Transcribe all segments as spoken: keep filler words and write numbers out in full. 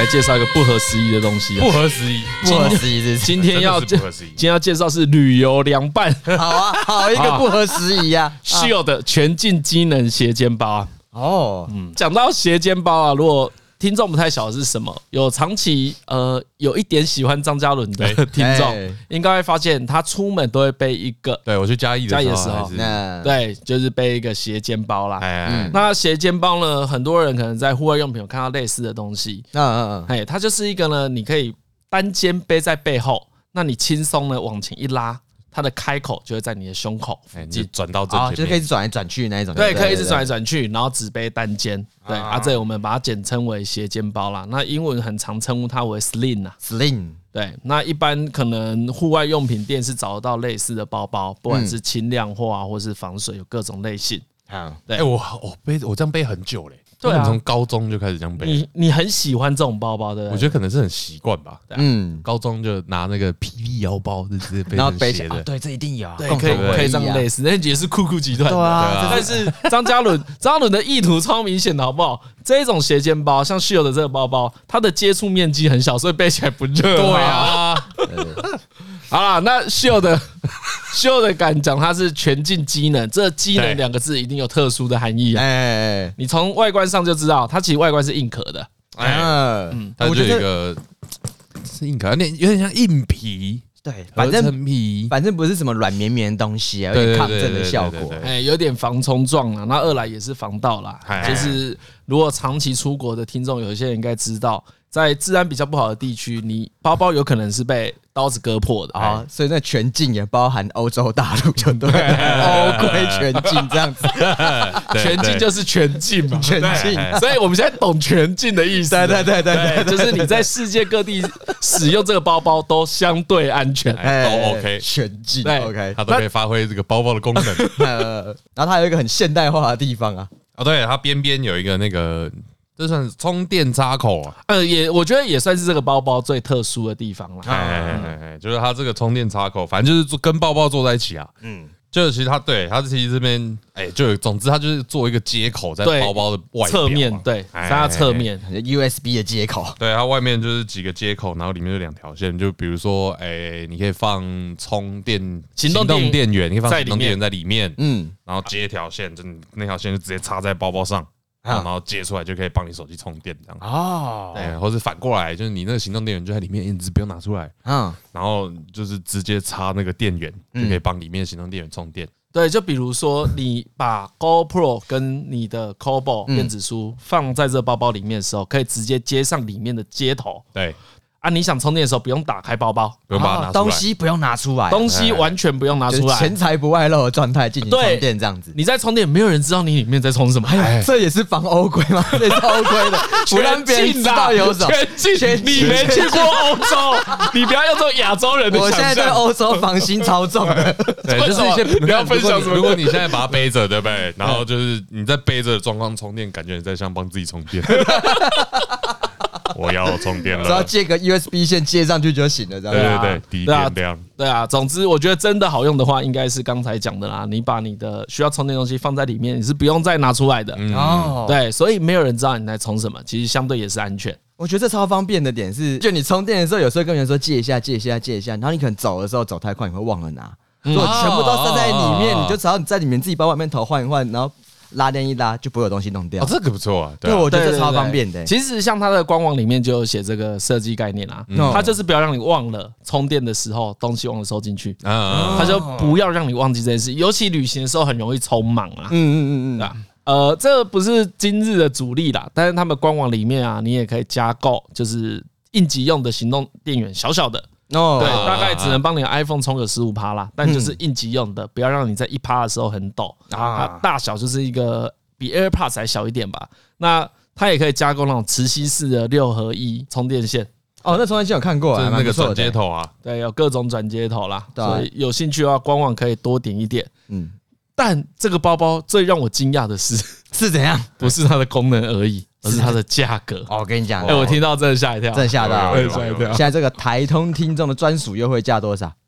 来介绍一个不合时宜的东西。 不合时宜， 不合时宜是今天要今天要介绍是旅游凉拌。 好啊，好一个不合时宜啊 ！Shield 的全境机能斜肩包啊。 哦， 嗯，讲到斜肩包啊，如果听众不太晓得是什么，有长期呃有一点喜欢张嘉伦的听众，应该会发现他出门都会背一个。 对我去嘉义嘉义的时候，对，就是背一个斜肩包啦。嗯、那斜肩包呢，很多人可能在户外用品有看到类似的东西。嗯嗯嗯，哎，它就是一个呢，你可以单肩背在背后，那你轻松的往前一拉。它的开口就会在你的胸口附近， 转到正前面， 就是可以一直转来转去那一种。 对，可以一直转来转去，然后只背单肩。对啊，这我们把它简称为斜肩包啦。那英文很常称呼它为 sling 啊 ，sling。对， 那一般可能户外用品店是找得到类似的包包，不管是轻量货啊，或是防水，有各种类型。 啊，对，我我背我这样背很久嘞。对啊，从高中就开始这样背。 你你很喜欢这种包包的？ 我觉得可能是很习惯吧。嗯，高中就拿那个霹雳腰包，就直接背成斜的。 对，这一定有。 对，可以可以这样类似，那也是酷酷集团。 对啊， 但是张嘉伦张嘉伦的意图超明显的，好不好？这种斜肩包，像Shield的这个包包，它的接触面积很小，所以背起来不热。 对啊。 好啦，那Shield的Shield的敢讲它是全境机能，这机能两个字一定有特殊的含义啊！哎，你从外观上就知道，它其实外观是硬壳的。哎， 嗯，它就有一个是硬壳，有点有点像硬皮。 对，反正皮，反正不是什么软绵绵的东西啊，有点抗震的效果。 哎，有点防冲撞啊，那二来也是防盗啦。就是如果长期出国的听众，有一些人应该知道，在治安比较不好的地区，你包包有可能是被刀子割破的啊，所以那全境也包含欧洲大陆，就对，欧规全境这样子， 全境就是全境嘛， 全境， 所以我们现在懂全境的意思， 对对对对， 就是你在世界各地使用这个包包都相对安全， 都 OK， 全境 OK， 它都可以发挥这个包包的功能。 然后它有一个很现代化的地方啊， 啊，对，它边边有一个那个。这算是充电插口啊， 呃，也我觉得也算是这个包包最特殊的地方了。哎哎哎，就是它这个充电插口，反正就是跟包包坐在一起啊。嗯，就是其实它对它其实这边哎，就有总之它就是做一个接口在包包的外侧面，对，在它侧面 U S B 的接口， 对，它外面就是几个接口，然后里面就两条线，就比如说哎，你可以放充电行动电源，你可以放行动电源在里面，嗯，然后接一条线，就那条线就直接插在包包上。然后接出来就可以帮你手机充电这样哦，对，或是反过来，就是你那个行动电源就在里面，一直不用拿出来，嗯，然后就是直接插那个电源就可以帮里面的行动电源充电。 对，就比如说你把 GoPro 跟你的 Kobo 电子书放在这包包里面的时候，可以直接接上里面的接头。 对。 啊，你想充电的时候不用打开包包， 不用把它拿出来， 东西不用拿出来， 东西完全不用拿出来， 钱财不外露的状态进行充电这样子。 你在充电，没有人知道你里面在充什么。 哎，这也是防欧规吗？这也是欧规的，不让别人知道有什么。 全境，你没去过欧洲，你不要用这种亚洲人的想象。 我现在对欧洲防心超重的， 对，就是一些不要分享什么。如果你现在把它背着，对不对？然后就是你在背着的状况充电，感觉你在像帮自己充电。我要充电了， 只要借个 U S B 线接上去就行了，这样。 对对对，低电量。 对啊，总之我觉得真的好用的话，应该是刚才讲的啦。你把你的需要充电东西放在里面，你是不用再拿出来的。哦，对，所以没有人知道你在充什么，其实相对也是安全。 我觉得这超方便的点是，就你充电的时候，有时候跟人说借一下、借一下、借一下，然后你可能走的时候走太快，你会忘了拿。如果全部都塞在里面，你就只要你在里面自己把外面头换一换，然后。拉链一拉就不会有东西弄掉， 哦，这个不错啊。 对，我觉得这超方便的。 其实像它的官网里面就有写这个设计概念啊，它就是不要让你忘了充电的时候东西忘了收进去，它就不要让你忘记这件事。尤其旅行的时候很容易匆忙啊。嗯嗯嗯嗯。啊，呃，这不是今日的主力啦，但是他们官网里面啊，你也可以加购，就是应急用的行动电源，小小的。哦，对，大概只能帮你的 iPhone 充个十五趴啦，但就是应急用的，不要让你在一趴的时候很抖啊。大小就是一个比 AirPods 还小一点吧。那它也可以加购那种磁吸式的六合一充电线。 哦，那充电线有看过啊， 那个转接头啊， 对，有各种转接头啦。所以有兴趣的话，官网可以多点一点。嗯，但这个包包最让我惊讶的是， 是怎样？ 不是它的功能而已。而是它的价格哦，我跟你讲， 哎，我听到真的吓一跳， 真的吓到，吓一跳。现在这个台通听众的专属优惠价多少？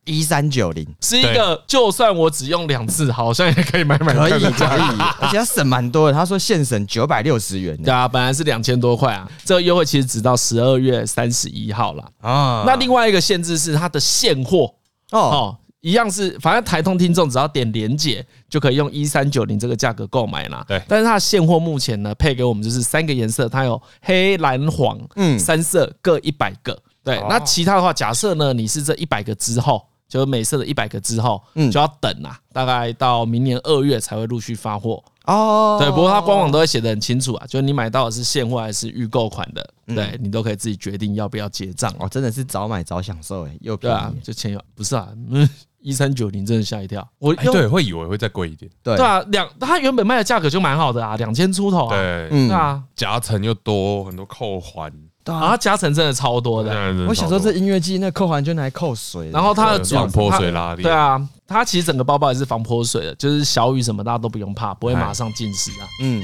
一三九零是一个，就算我只用两次，好像也可以买买可以可以，而且它省蛮多的。他说现省九百六十元， 对啊，本来是两千多块啊，这个优惠其实只到十二月三十一号了啊。那另外一个限制是它的现货哦。哦一样是，反正台通听众只要点连结就可以用一三九零这个价格购买啦。 对， 但是它的现货目前呢配给我们就是三个颜色，它有黑、蓝、黄，嗯，三色各一百个。对，那其他的话，假设呢你是这一百个之后，就是每色的一百个之后，嗯，就要等啊，大概到明年二月才会陆续发货。哦，对，不过它官网都会写得很清楚啊，就是你买到的是现货还是预购款的，对你都可以自己决定要不要结账。 哦，真的是早买早享受哎，又便宜。 对啊，就钱有不是啊，嗯，一三九零真的吓一跳。我对会以为会再贵一点。 对对啊，两它原本卖的价格就蛮好的啊，两千出头啊。 对， 对啊， 夹层又多，很多扣环。 啊，它加成真的超多的。 我想说这音乐季那扣环就拿来扣水， 然后它的防泼水拉链。 对啊，它其实整个包包也是防泼水的，就是小雨什么大家都不用怕，不会马上进湿啊。嗯。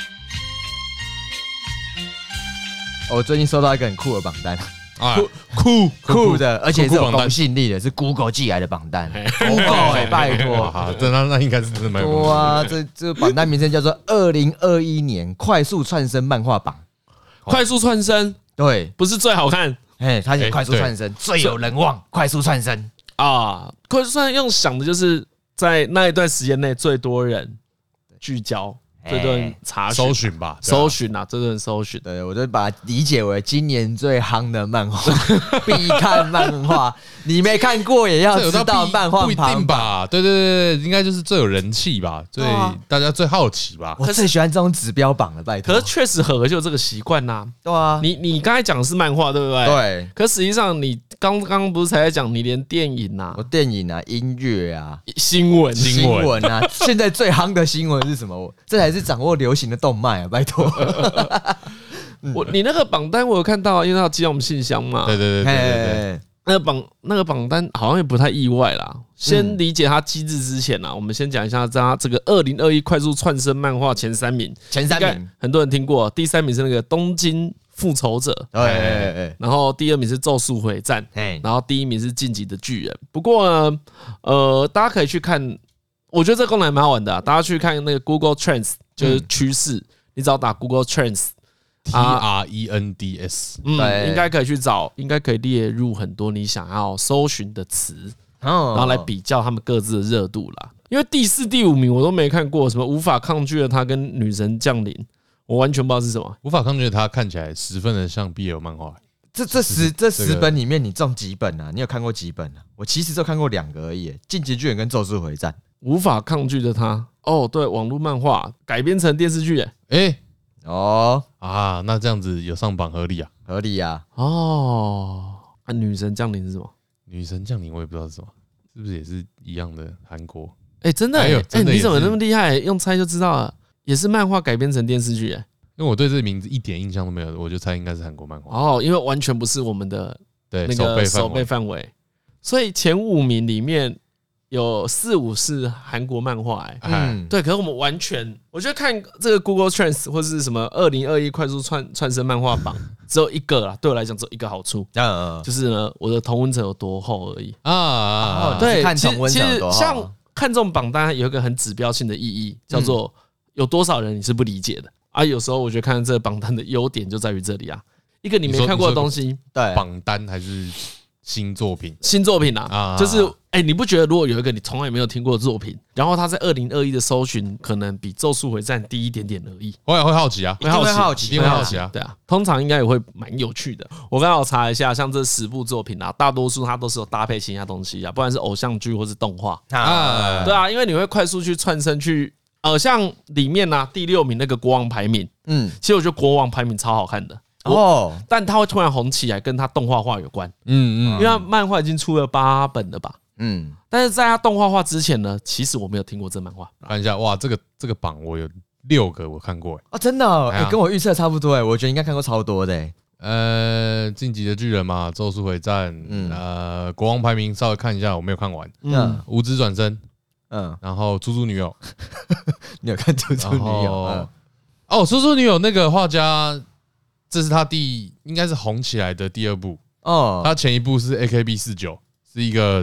我最近收到一个很酷的榜单， 酷酷的，而且是有公信力的，是 Google 寄来的榜单。Google 哎，拜托， 这那那应该是真的蛮多啊。这这榜单名称叫做二零二一年快速窜升漫画榜。 快速窜升， 对， 不是最好看， 哎，他写快速窜升，最有人望，快速窜升啊！快速窜升用想的就是在那一段时间内最多人聚焦。这顿查搜寻吧， 搜寻啊，这顿搜寻， 对我就把它理解为今年最夯的漫画，必看漫画，你没看过也要知道漫画榜吧？对对对对，应该就是最有人气吧，最大家最好奇吧。 我最喜欢这种指标榜了，拜托。 可是确实和就有这个习惯呐， 对啊， 你你刚才讲的是漫画，对不对？ 对。 可实际上你刚刚不是才在讲，你连电影啊， 我电影啊，音乐啊， 新闻新闻啊，现在最夯的新闻是什么？这才是掌握流行的动脉啊！拜托， 我你那个榜单我有看到啊，因为它要寄到我们信箱嘛。 对对对对对， 那个榜那个榜单好像也不太意外啦。先理解它机制之前啊，我们先讲一下它这个二零二一快速窜升漫画前三名。 前三名很多人听过，第三名是那个东京复仇者， 对， 然后第二名是咒术回战，然后第一名是晋级的巨人。不过呢，呃，大家可以去看。我觉得这个功能还蛮好玩的、啊，大家去看那个 Google Trends， 就是趋势，嗯、你只要打 Google Trends，T R E N D S， 嗯，应该可以去找，应该可以列入很多你想要搜寻的词，然后来比较他们各自的热度啦。因为第四、第五名我都没看过，什么无法抗拒的他跟女神降临，我完全不知道是什么。 无法抗拒的他看起来十分的像 B L 漫画。 这这十这十本里面，你中几本啊？你有看过几本啊？我其实就看过两个而已，《进击巨人》跟《咒术回战》。 无法抗拒的他，哦，对，网络漫画改编成电视剧，哎、 欸，哦啊，那这样子有上榜合理啊， 合理啊， 哦，啊，女神降临是什么？ 女神降临我也不知道是什么，是不是也是一样的韩国？ 哎、欸，真的、欸，哎、欸，你怎么那么厉害、欸？用猜就知道了，也是漫画改编成电视剧，哎， 因为我对这个名字一点印象都没有，我就猜应该是韩国漫画。 哦，因为完全不是我们的那个手背范围，所以前五名里面。有四五是韩国漫画，哎，嗯，对，可是我们完全，我觉得看这个 Google Trends 或是什么二零二一快速窜窜升漫画榜，只有一个啦，对我来讲只有一个好处，嗯，就是呢，我的同温层有多厚而已啊，对， 看同温层有多厚， 像看这种榜单有一个很指标性的意义，叫做有多少人你是不理解的啊。有时候我觉得看这个榜单的优点就在于这里啊，一个你没看过的东西， 对，榜单还是新作品， 新作品啊，就是哎、欸，你不觉得如果有一个你从来没有听过的作品，然后他在二零二一的搜寻可能比《咒术回战》低一点点而已， 我也会好奇啊， 会好奇， 一定会好奇啊， 对啊，通常应该也会蛮有趣的。我刚好查一下，像这十部作品啊，大多数它都是有搭配其他东西啊，不管是偶像剧或是动画啊，对啊，因为你会快速去窜升去，呃，像里面啊第六名那个国王排名，嗯，其实我觉得国王排名超好看的。哦，但它会突然红起来，跟它动画化有关。嗯嗯，因为它漫画已经出了八本了吧？嗯，但是在它动画化之前呢，其实我没有听过这漫画。 看一下，哇，这个这个榜我有六个我看过哎， 哦，真的、哦，哎、欸，跟我预测差不多哎，我觉得应该看过超多的哎。 呃，晋级的巨人嘛，咒术回战，嗯，呃，国王排名稍微看一下，我没有看完。嗯，无职转生，嗯，然后猪猪女友， 你有看猪猪女友？嗯、 哦，猪猪女友那个画家。这是他第应该是红起来的第二部哦，他前一部是 A K B 四十九，是一个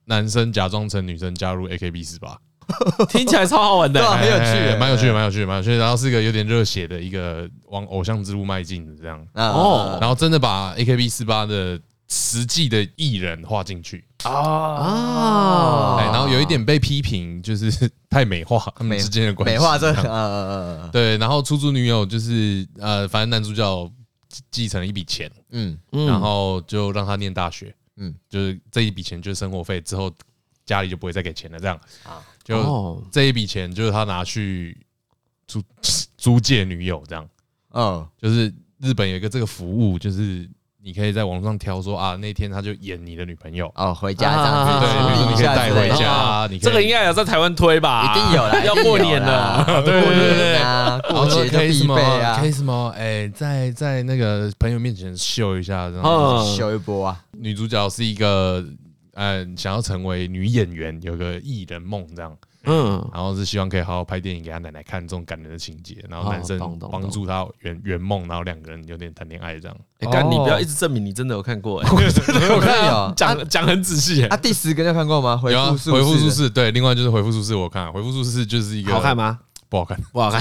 男生假装成女生加入 A K B 四八。 听起来超好玩的， 很有趣， 蛮有趣，蛮有趣，蛮有趣。然后是一个有点热血的一个往偶像之路迈进的这样。哦，然后真的把 A K B 四八的实际的艺人画进去啊，然后有一点被批评，就是太美化他们之间的关系。 美化这，呃， 对。然后出租女友就是呃，反正男主角继承了一笔钱，嗯，然后就让他念大学，嗯，就是这一笔钱就是生活费，之后家里就不会再给钱了，这样啊。就这一笔钱，就是他拿去租租借女友这样，嗯，就是日本有一个这个服务，就是你可以在网上挑说啊，那天他就演你的女朋友哦，回家这样子， 对，你可以带回家，你这个应该有在台湾推吧？ 一定有啦， 要过年了， 对对对对，过节就必备啊， 可以什么哎，在在那个朋友面前秀一下，这样秀一波啊。 女主角是一个。嗯，想要成为女演员，有个艺人梦这样，嗯，然后是希望可以好好拍电影给他奶奶看这种感人的情节，然后男生帮助他圆圆梦，然后两个人有点谈恋爱这样。 哎，干，你不要一直证明你真的有看过，哎， 我看有讲讲很仔细。 啊，第十个你有看过吗？回复术士， 回复术士，对，另外就是回复术士，我看回复术士就是一个好看吗？ 不好看， 不好看。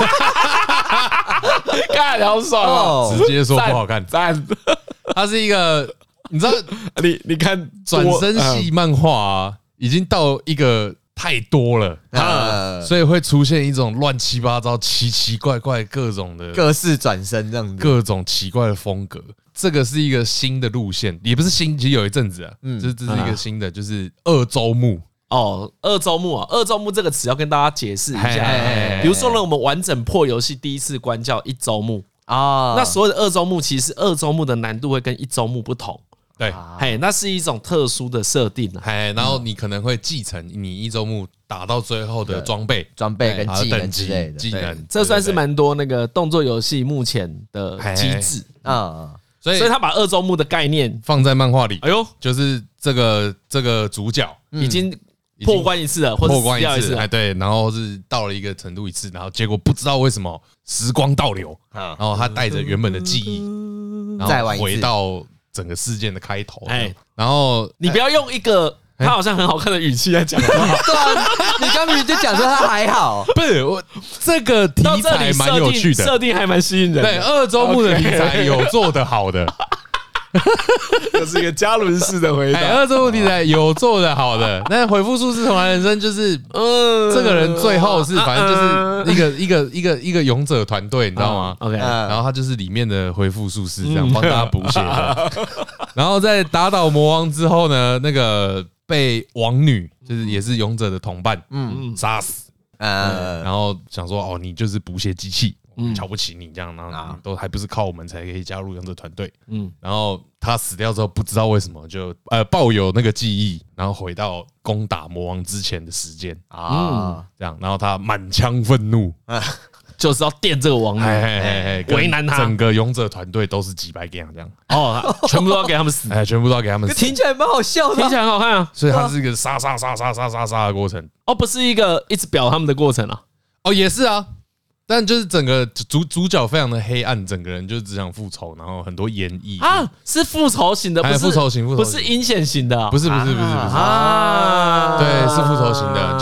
看，好爽哦！ 直接说不好看， 赞。 它是一个。你知道， 你你看转身系漫画啊，已经到一个太多了啊，所以会出现一种乱七八糟、奇奇怪怪各种的各式转身这样子， 各种奇怪的风格。这个是一个新的路线，也不是新，其实有一阵子啊，嗯，这这是一个新的，就是二周目。 哦，二周目啊，二周目这个词要跟大家解释一下。比如说呢，我们完整破游戏第一次关叫一周目啊，那所有的二周目其实二周目的难度会跟一周目不同。 对， 嘿，那是一种特殊的设定啊， 嘿，然后你可能会继承你一周目打到最后的装备、 装备跟技能之类的技能， 这算是蛮多那个动作游戏目前的机制啊，所以所以他把二周目的概念放在漫画里，哎呦，就是这个这个主角已经破关一次了，或者破关一次，哎，对，然后是到了一个程度一次，然后结果不知道为什么时光倒流，然后他带着原本的记忆，然后回到。整个事件的开头，哎，然后你不要用一个他好像很好看的语气来讲，对啊，你刚明明就讲说他还好， 不是我这个题材蛮有趣的， 设定还蛮吸引人， 对，二周目的题材有做得好的， 这是一个加仑式的回答， 二周目题材有做得好的，那回复术士重来人生就是，嗯，这个人最后是反正就是一个一个一个一个勇者团队，你知道吗 ？OK， 然后他就是里面的回复术士，这样帮大家补血的，然后在打倒魔王之后呢，那个被王女就是也是勇者的同伴，嗯，杀死，呃，然后想说哦，你就是补血机器。瞧不起你这样，然后都还不是靠我们才可以加入勇者团队。嗯，然后他死掉之后，不知道为什么就呃抱有那个记忆，然后回到攻打魔王之前的时间啊，这样，然后他满腔愤怒， 就是要电这个王女，为难他， 整个勇者团队都是几百个这样， 哦，全部都要给他们死， 哎，全部都要给他们死， 听起来蛮好笑的， 听起来很好看啊， 所以它是一个杀杀杀杀杀杀杀的过程， 哦，不是一个一直表他们的过程啊， 哦，也是啊。但就是整个主主角非常的黑暗，整个人就只想复仇，然后很多演绎啊，是复仇型的，不是复仇型， 不是阴险型的， 不是不是不是不是啊，对，是复仇型的，就是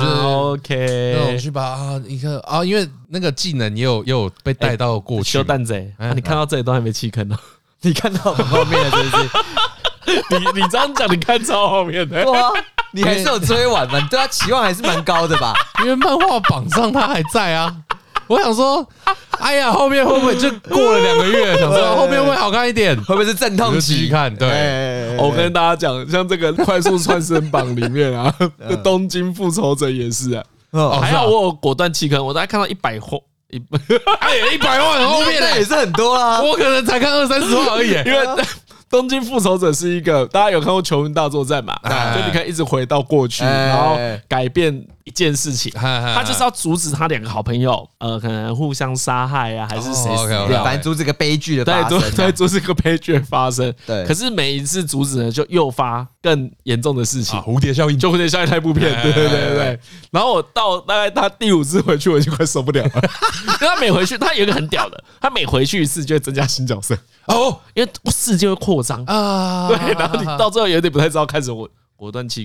OK， 那种去把啊一个啊，因为那个技能也有也有被带到过去， 修蛋贼，你看到这里都还没弃坑呢， 你看到很后面的，真是， 你你这样讲，你看超后面的， 哇，你还是有追完嘛？你对他期望还是蛮高的吧？ 因为漫画榜上他还在啊。我想说，哎呀，后面会不会就过了两个月？想说后面会好看一点， 会不会是阵痛期？ 看，对， 我跟大家讲，像这个快速窜升榜里面啊，东京复仇者也是啊，还好我有果断弃坑，我大概看到一百后一， 哎，一百万后面也是很多啦， 我可能才看二三十万而已， 因为。东京复仇者是一个大家有看过《球员大作战》嘛？就你看一直回到过去，然后改变一件事情，他就是要阻止他两个好朋友，呃，可能互相杀害啊，还是谁死掉？ 反正阻止个悲剧的发生， 对，阻止个悲剧的发生。对，可是每一次阻止呢，就诱发更严重的事情。 蝴蝶效应， 就蝴蝶效应那部片，对对对对。然后我到大概他第五次回去，我已经快受不了了。因为他每回去，他有一个很屌的，他每回去一次就会增加新角色。哦，因为世界会扩张啊，对，然后你到最后有点不太知道，开始我果断弃坑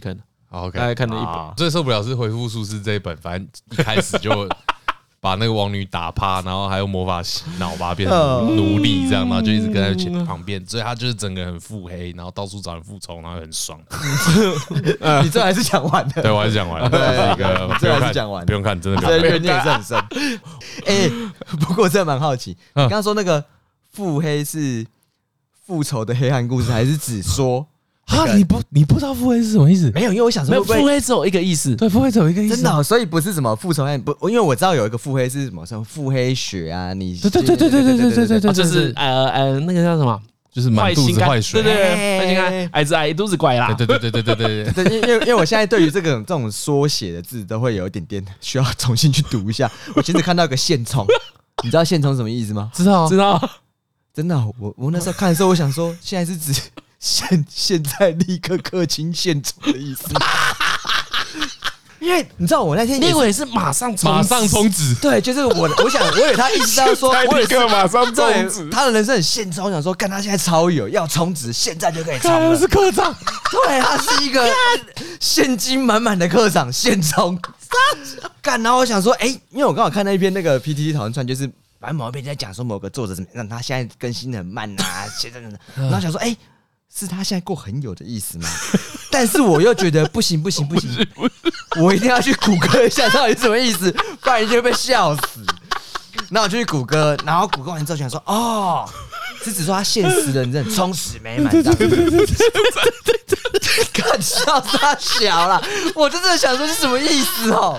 OK， 大概看了一本。 最受不了是回复术士这一本，反正一开始就把那个王女打趴，然后还用魔法洗脑，把她变成奴隶这样，然后就一直跟在前旁边，所以他就是整个很腹黑，然后到处找人复仇，然后很爽。 你这还是讲完的？ 对，我还是讲完了。这是一个， 这还是讲完， 不用看，真的不用看。 这怨念也是很深。哎，不过我真的蛮好奇，你刚刚说那个腹黑是复仇的黑暗故事，还是只说？ 啊，你不你不知道腹黑是什么意思？ 没有，因为我想说， 腹黑只有一个意思。 对，腹黑只有一个意思。 真的，所以不是什么复仇黑不，因为我知道有一个腹黑是什么，什么腹黑血啊，你对对对对对对对对对对， 就是呃呃那个叫什么， 就是满肚子坏水， 对对对，坏心肝，矮子矮一肚子怪啦。 对对对对对对对对，因为因为我现在对于这个这种缩写的字都会有一点点需要重新去读一下。我其实看到一个现充，你知道现充什么意思吗？ 知道知道， 真的，我我那时候看的时候，我想说，现在是指。现现在立刻克清现充的意思，因为你知道我那天你以为是马上马上充值， 对，就是我我想我以为他意思是说， 我立刻马上充值， 他的人生很现充，我想说，看他现在超有，要充值，现在就可以充了。 是科长， 对，他是一个现金满满的科长，现充。干，然后我想说，哎、欸，因为我刚好看那一篇那个 P T T 讨论串，就是反正某一篇在讲说某个作者怎么让他现在更新的很慢啊，现在然后想说，哎、欸。是他现在过很有的意思吗？但是我又觉得不行不行不行，我一定要去谷歌一下到底是什么意思，不然一定会被笑死。那我就去谷歌，然后谷歌完之后想说，哦，是指说他现实人生很充实美满这样子。看笑他小了，我就真的想说是什么意思哦。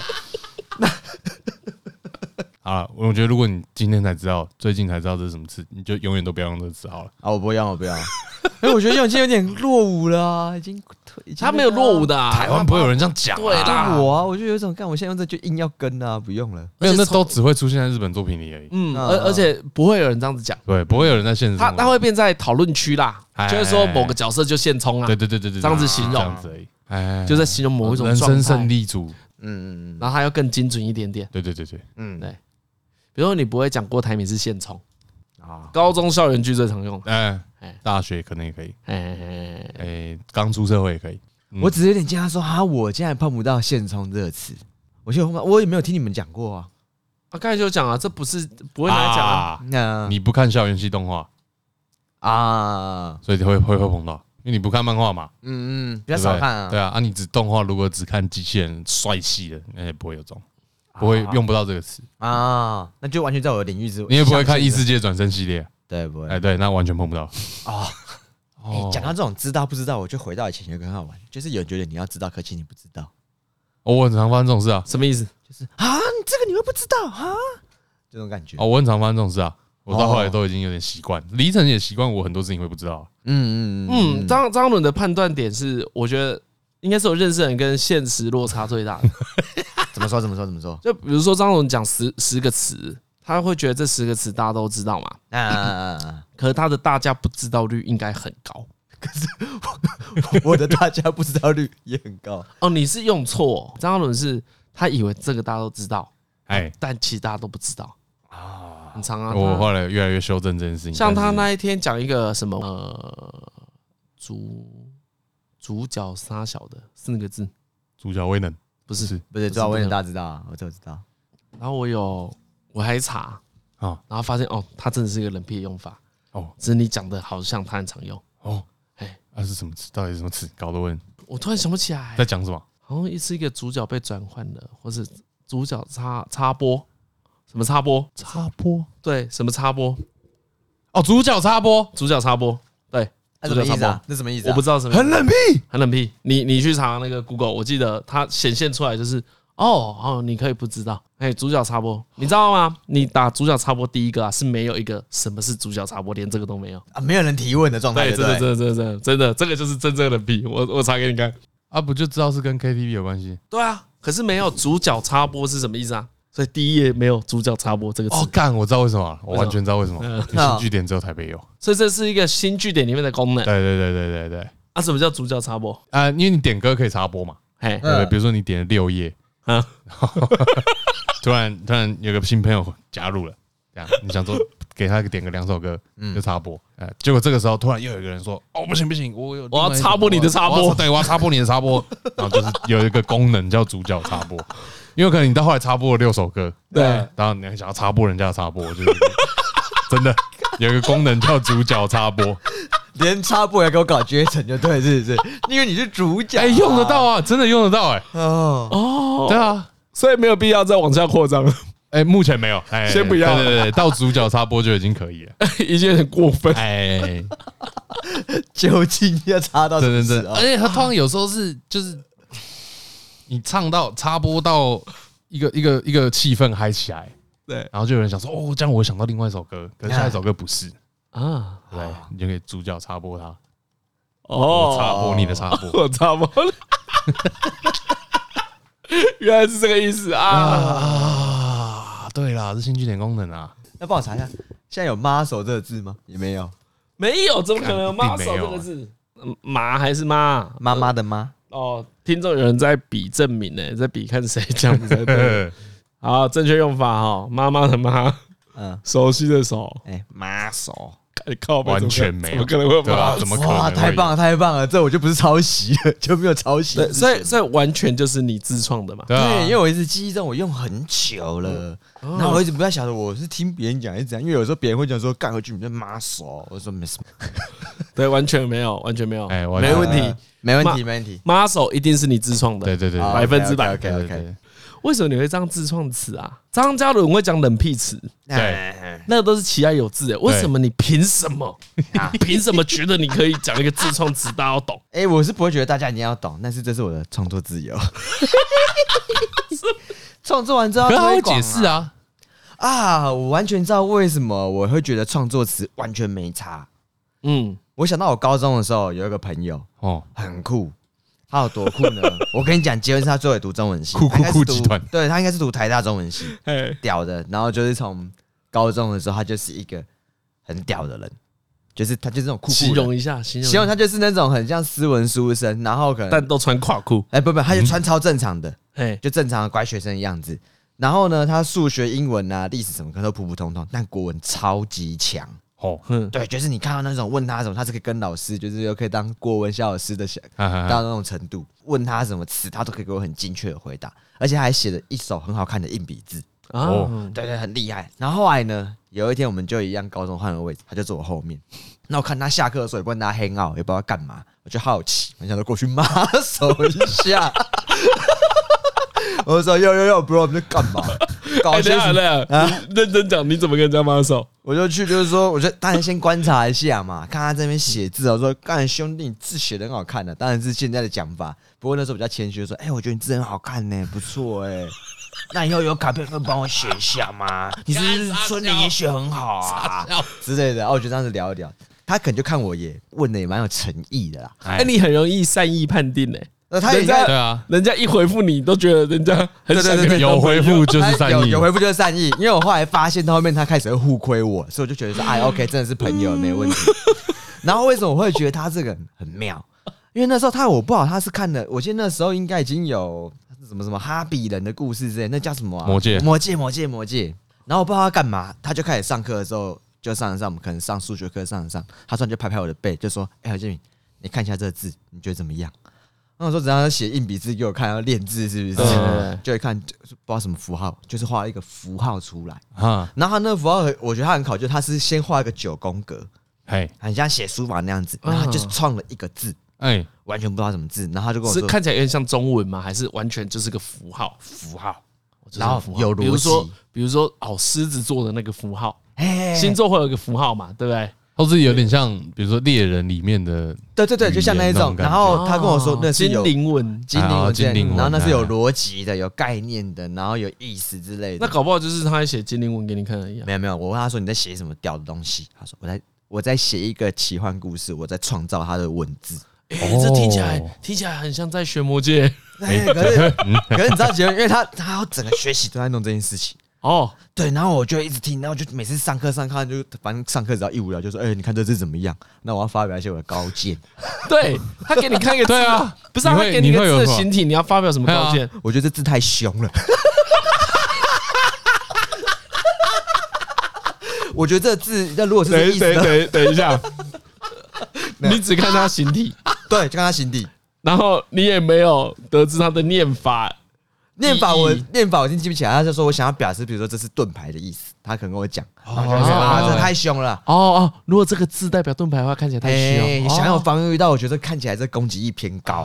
好了，我觉得如果你今天才知道，最近才知道这是什么词，你就永远都不要用这个词好了。 啊，我不要，我不要。因为我觉得用已经有点落伍了、啊，已经，已经他没有落伍的、啊， 台湾不会有人这样讲、啊。 对啦， 我啊，我就有一种干，我现在用这就硬要跟啊，不用了。 没有，那都只会出现在日本作品里而已。 嗯，而而且不会有人这样子讲， 对，不会有人在现实。 他他会变在讨论区啦，就是说某个角色就现充啊， 对对对对对， 这样子形容， 这样子而已。哎， 就在形容某一种人生胜利组。 嗯嗯， 然后他要更精准一点点。 对对对对， 嗯对。比如说你不会讲郭台铭是现充啊，高中校园剧最常用， 哎哎，大学可能也可以，哎哎哎，刚出社会也可以。 我只是有点惊讶说啊，我竟然碰不到现充这个词，我就我也没有听你们讲过啊。 啊，刚才就讲啊，这不是不会拿来讲啊。 那你不看校园系动画啊，所以会会会碰到，因为你不看漫画嘛。 嗯嗯，比较少看啊。 对啊，啊，你只动画如果只看机器人帅气的，那也不会有这种。不会用不到这个词啊，那就完全在我的领域之外。 你也不会看异世界转生系列， 对，不会。 哎，对，那完全碰不到啊。讲到这种知道不知道，我就回到以前有个很好玩，就是有人觉得你要知道，可惜你不知道。 我很常发生这种事啊， 什么意思？ 就是啊，你这个你会不知道啊，这种感觉。 哦，我很常发生这种事啊，我到后来都已经有点习惯，李晨也习惯我很多事情会不知道。 嗯嗯嗯，张张伦的判断点是，我觉得应该是我认识人跟现实落差最大的。 怎么说？怎么说？怎么说？ 就比如说张伦讲十十个词，他会觉得这十个词大家都知道嘛？啊，可是他的大家不知道率应该很高。 可是我的大家不知道率也很高。 哦，你是用错，张伦是他以为这个大家都知道，哎，但其实大家都不知道啊，很长啊。 我后来越来越修正这件事情。 像他那一天讲一个什么呃，主主角杀小的四个字， 主角威能。 不是不是，主角威能大家知道啊，我就知道。 然后我有我还查啊，然后发现哦，它真的是一个冷僻的用法哦，只是你讲的好像它很常用哦。哎，那是什么词？到底是什么词？搞得我我突然想不起来在讲什么。 好像是一个主角被转换了，或是主角插插播，什么插播？ 插播？ 对，什么插播？ 哦，主角插播， 主角插播，对。 那什么意思啊？那什么意思？ 我不知道什么。 很冷僻， 很冷僻。你你去查那个 Google， 我记得它显现出来就是哦哦，你可以不知道。哎，主角插播，你知道吗？你打主角插播第一个啊是没有一个什么是主角插播，连这个都没有啊，没有人提问的状态。 对，真的真的真的真的真的，这个就是真正的冷僻。我我查给你看啊，不就知道是跟 K T V 有关系？ 对啊，可是没有主角插播是什么意思啊？所以第一页没有主角插播这个词。 哦，干，我知道为什么，我完全知道为什么。新据点只有台北有， 所以这是一个新据点里面的功能。 对对对对对对。 啊，什么叫主角插播啊？因为你点歌可以插播嘛，对不对？比如说你点了六页，突然突然有个新朋友加入了，这样你想说给他点个两首歌，就插播。哎，结果这个时候突然又有一个人说：“哦，不行不行，我有我要插播你的插播， 对，我要插播你的插播。”然后就是有一个功能叫主角插播，因为可能你到后来插播了六首歌， 对， 然后你还想要插播人家的插播，就是真的有一个功能叫主角插播。 连插播也给我搞绝层就对，是不是？因为你是主角， 哎，用得到啊，真的用得到，哎， 哦哦， 对啊， 所以没有必要再往下扩张了。 哎，目前没有，哎， 先不要， 对对对，到主角插播就已经可以了， 已经很过分， 哎， 究竟要插到什么时候？ 而且他通常有时候是就是你唱到插播到一个一个一个气氛嗨起来， 对， 然后就有人想说，哦，这样我想到另外一首歌，可是下一首歌不是。 啊， 对，你就可以主角插播他， 哦， 插播你的插播， 我插播了，原来是这个意思啊！ 啊，对啦，是新据点功能啊。 那帮我查一下，现在有妈手这个字吗？也没有， 没有，怎么可能有妈手这个字？妈还是妈？ 妈妈的妈。 哦，听众有人在比证明呢，在比看谁讲比较对。好，正确用法哈，妈妈的妈，嗯，熟悉的手， 哎，妈手。 完全没有， 怎么可能会有？ 对啊，怎么可能？ 哇，太棒了，太棒了！这我就不是抄袭了，就没有抄袭。 对，所以所以完全就是你自创的嘛。 对，因为我一直记忆中我用很久了，然后我一直不太晓得我是听别人讲，一直讲，因为有时候别人会讲说干回去你就妈手，我说没什么。 对，完全没有，完全没有， 哎， 没问题， 没问题，没问题。 妈手一定是你自创的， 对对对， 百分之百。 OK OK。 为什么你会这样自创词啊？张嘉伦会讲冷僻词， 对， 那个都是其来有自的。为什么你凭什么？凭什么觉得你可以讲一个自创词，大家要懂？ 哎，我是不会觉得大家一定要懂，但是这是我的创作自由。创作完之后他会解释啊啊！我完全知道为什么我会觉得创作词完全没差。嗯，我想到我高中的时候有一个朋友哦，很酷。他有多酷呢？我跟你讲，结论是他最后也读中文系， 酷酷酷集团， 对他应该是读台大中文系，屌的。然后就是从高中的时候，他就是一个很屌的人，就是他就是那种酷酷的。 形容一下，形容形容他就是那种很像斯文书生，然后可能但都穿垮裤， 哎不不，他就穿超正常的，就正常的乖学生的样子。然后呢，他数学、英文啊、历史什么可都普普通通，但国文超级强。哦，对，就是你看到那种问他什么，他是可以跟老师，就是又可以当国文小老师的小，到那种程度，问他什么词，他都可以给我很精确的回答，而且还写了一手很好看的硬笔字。哦，对对，很厉害。然后后来呢，有一天我们就一样，高中换了位置，他就坐我后面。那我看他下课的时候也不跟他 hang out，也不知道干嘛，我就好奇，我想说过去抹手一下。我就说哟哟哟 bro 你在干嘛？搞些什么啊？认真讲，你怎么跟人家抹手？ 我就去，就是说，我就当然先观察一下嘛，看他这边写字。我说，干兄弟，你字写的很好看的，当然是现在的讲法。不过那时候比较谦虚，说，哎、欸，我觉得你字很好看呢，不错哎。那以后有卡片可以帮我写一下吗？你是不是春联也写很好啊之类的？然后我就这样子聊一聊，他可能就看我也问的也蛮有诚意的啦。 哎，你很容易善意判定哎。 那他人家对啊，人家一回复你都觉得人家很想跟你有回复就是善意， 有回复就是善意。因为我后来发现到后面他开始会互亏我，所以我就觉得说，哎 ，OK， 真的是朋友没问题。然后为什么我会觉得他这个很妙？因为那时候他我不好，他是看的，我记得那时候应该已经有什么什么哈比人的故事之类，那叫什么、啊？ 魔戒， 魔戒，魔戒，魔戒。然后我不知道他干嘛，他就开始上课的时候就上一上，我们可能上数学课上一上，他突然就拍拍我的背，就说：“哎、欸，何建明，你看一下这个字，你觉得怎么样？”那我说：“怎样写硬笔字给我看，要练字是不是？”嗯、就一看，就不知道什么符号，就是画一个符号出来。啊、然后他那个符号，我觉得他很考究，他是先画一个九宫格，哎，很像写书法那样子，然后他就是创了一个字。哎，完全不知道什么字，然后他就跟我说， 是看起来有点像中文吗？还是完全就是个符号？ 符号，然后有逻辑， 比如说，比如说，哦，狮子座的那个符号，星座会有一个符号嘛，对不对？ 或是有点像，比如说猎人里面的， 对对对，就像那一种。然后他跟我说，那是有精灵文， 精灵文，精灵文，然后那是有逻辑的，有概念的，然后有意思之类的。 那搞不好就是他在写精灵文给你看而已。 没有没有，我问他说你在写什么屌的东西？他说我在我在写一个奇幻故事，我在创造它的文字。 哎、欸，这听起来、哦、听起来很像在学魔戒。 哎、欸，可是可是你知道结论，因为他他整个学习都在弄这件事情。哦，对，然后我就一直听，然后就每次上课上课就反正上课只要一无聊就说，哎、欸，你看这字怎么样？那我要发表一些我的高见。 对他给你看一个字对啊， 不是、啊、他给你一个字的形体，你要发表什么高见？ 我觉得这字太凶了。 我觉得这字，那如果是等意思， 等等等一下，你只看他形体， 对，就看他形体， 然后你也没有得知他的念法。 念法我念法我已经记不起来，他就说我想要表示，比如说这是盾牌的意思，他可能跟我讲，啊，这太凶了。 哦哦，如果这个字代表盾牌的话，看起来太凶。 想要防御到，我觉得看起来这攻击力偏高。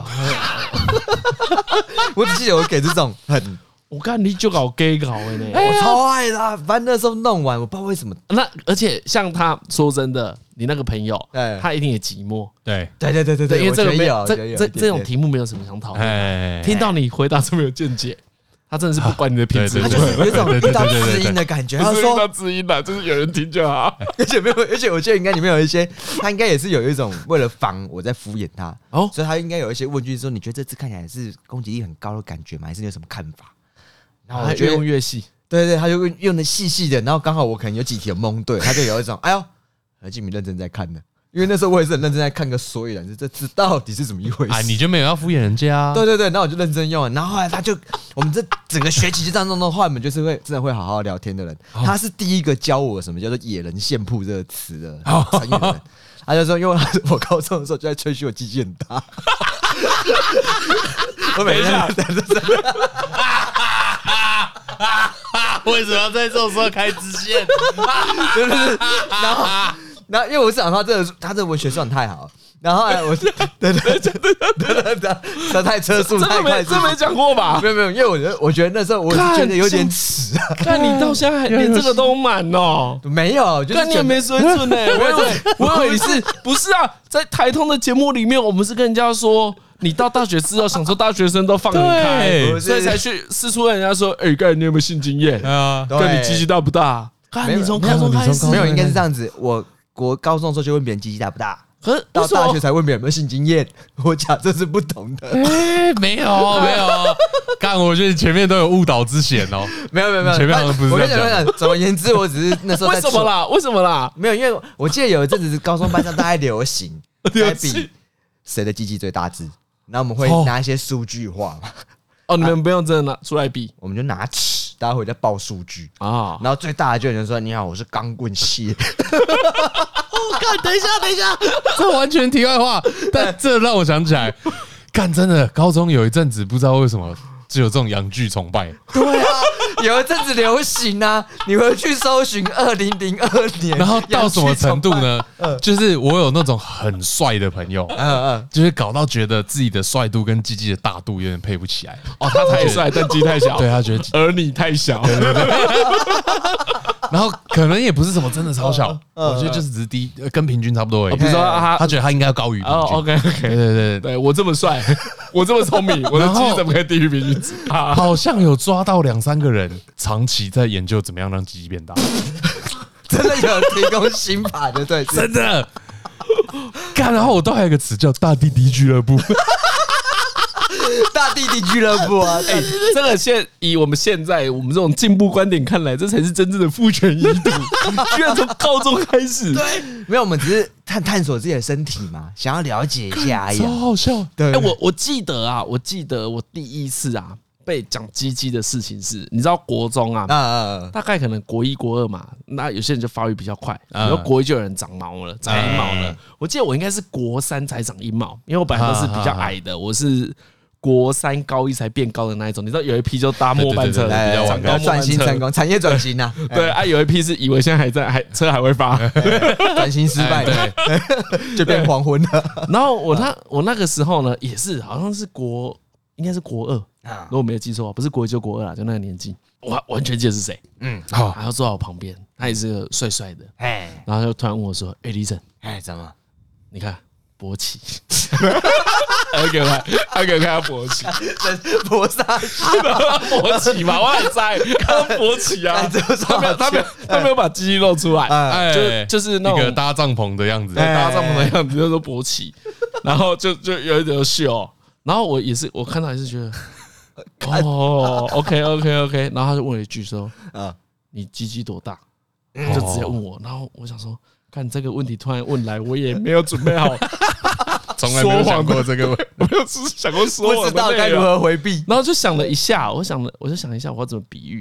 我只记得我给这种很， 我看你就搞 gay 搞的呢， 我超爱的。反正那时候弄完，我不知道为什么。 那而且像他说真的，你那个朋友，他一定也寂寞。 对对对对对对， 因为这个没有这这这种题目没有什么想讨论。听到你回答这么有见解。他真的是不管你的品质， 他就是有一种遇到知音的感觉。他说遇到知音了，就是有人听就好。 而且没有，而且我觉得应该里面有一些，他应该也是有一种为了防我在敷衍他，哦，所以他应该有一些问句说：“你觉得这次看起来是攻击力很高的感觉吗？还是你有什么看法？” 然后我越用越细， 对对，他就用的细细的，然后刚好我可能有几题有蒙对，他就有一种哎呦，何敬明认真在看呢。因为那时候我也是很认真在看个所以然，这这到底是怎么一回事？ 啊，你就没有要敷衍人家啊？ 对对对，然后我就认真用了，然后后来他就，我们这整个学期就这样弄弄，后来我们就是会真的会好好聊天的人。他是第一个教我什么叫做野人献铺这个词的成语人。他就说，因为我高中的时候就在吹嘘我鸡鸡很大。我每天在这上面。 为什么要在这种时候开支线？ 对不对？然后。然后，因为我想他这个他这个文学算太好，然后后来我对对对对对对，车太车速太快， 这没讲过吧？ 没有没有，因为我觉得我觉得那时候我是觉得有点耻啊。 但你到现在还连这个都满哦？ 没有，就是你也没水准呢。我以为我以为你是不是啊？在台通的节目里面，我们是跟人家说。你到大学之后，想说大学生都放很开，所以才去试出人家说：“哎，干你有没有性经验？啊，跟你鸡鸡大不大？看你从高中开始没有，应该是这样子。我国高中的时候就问别人鸡鸡大不大，可是到大学才问别人有没有性经验。我讲这是不同的。 哎，没有没有，干，我觉得前面都有误导之嫌哦。 没有没有没有， 前面好像不是这样讲。 总而言之，我只是那时候为什么啦？为什么啦？ 没有，因为我记得有一阵子高中班上大概流行在比谁的鸡鸡最大只。然后我们会拿一些数据化嘛？ 哦，你们不用真的拿出来比， 我们就拿尺，大家会在报数据啊。然后最大的就有人说：“你好，我是钢棍蟹。” 我干，等一下，等一下，这完全题外话，但这让我想起来，干真的，高中有一阵子不知道为什么只有这种洋剧崇拜。 对啊，有一阵子流行啊，你回去搜寻二零零二年， 然后到什么程度呢？就是我有那种很帅的朋友，嗯嗯，就是搞到觉得自己的帅度跟鸡鸡的大度有点配不起来。 哦，他太帅，但鸡太小， 对他觉得， 而你太小， 对对对。然后可能也不是什么真的超小，我觉得就是只是低，跟平均差不多而已。 比如说他， 他觉得他应该要高于平均。 OK OK， 对对对对，我这么帅，我这么聪明，我的鸡鸡怎么可以低于平均值？ 好像有抓到两三个人长期在研究怎么样让鸡鸡变大， 真的有提供心法的，对， 真的。干，然后我都还有一个词叫大弟弟俱乐部。 大弟弟俱乐部啊！ 哎，这个现以我们现在我们这种进步观点看来，这才是真正的父权遗毒。居然从高中开始， 对，没有，我们只是探探索自己的身体嘛，想要了解一下而已。 超好笑。 对，哎，我我记得啊，我记得我第一次啊被讲鸡鸡的事情是，你知道国中啊，大概可能国一国二嘛，那有些人就发育比较快，然后国一就有人长毛了，长阴毛了。我记得我应该是国三才长阴毛，因为我本来都是比较矮的，我是。国三高一才变高的那一种，你知道有一批就搭末班车， 长高转型成功，产业转型啊， 对啊，有一批是以为现在还在，还车还会发， 转型失败，就变黄昏了。 然后我那我那个时候呢，也是好像是国，应该是国二，如果我没有记错，不是国一就国二啦，就那个年纪，我完全记得是谁，嗯，好，然后坐在我旁边，他也是个帅帅的，哎，然后就突然问我说：“哎，李晨，哎，怎么？你看勃起。”他给我看，他给我看他勃起， 勃啥？ 勃起嘛，我很在看勃起啊。他没有，他没有，他没有把鸡鸡露出来，就就是那种搭帐篷的样子， 搭帐篷的样子，就说勃起，然后就就有一点秀。然后我也是，我看到也是觉得，哦 ，OK OK OK， 然后他就问了一句说：“啊，你鸡鸡多大？”就直接问我，然后我想说，看这个问题突然问来，我也没有准备好。 从来没有想过这个， 我没有想过说， 不知道该如何回避， 然后就想了一下，我想了，我就想一下，我要怎么比喻啊？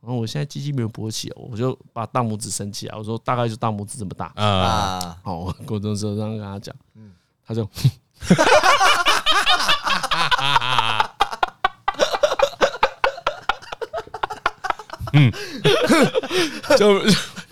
然后我现在鸡鸡没有勃起哦，我就把大拇指伸起来，我说大概就大拇指这么大啊。好，我国中时候这样跟他讲，他就，嗯，就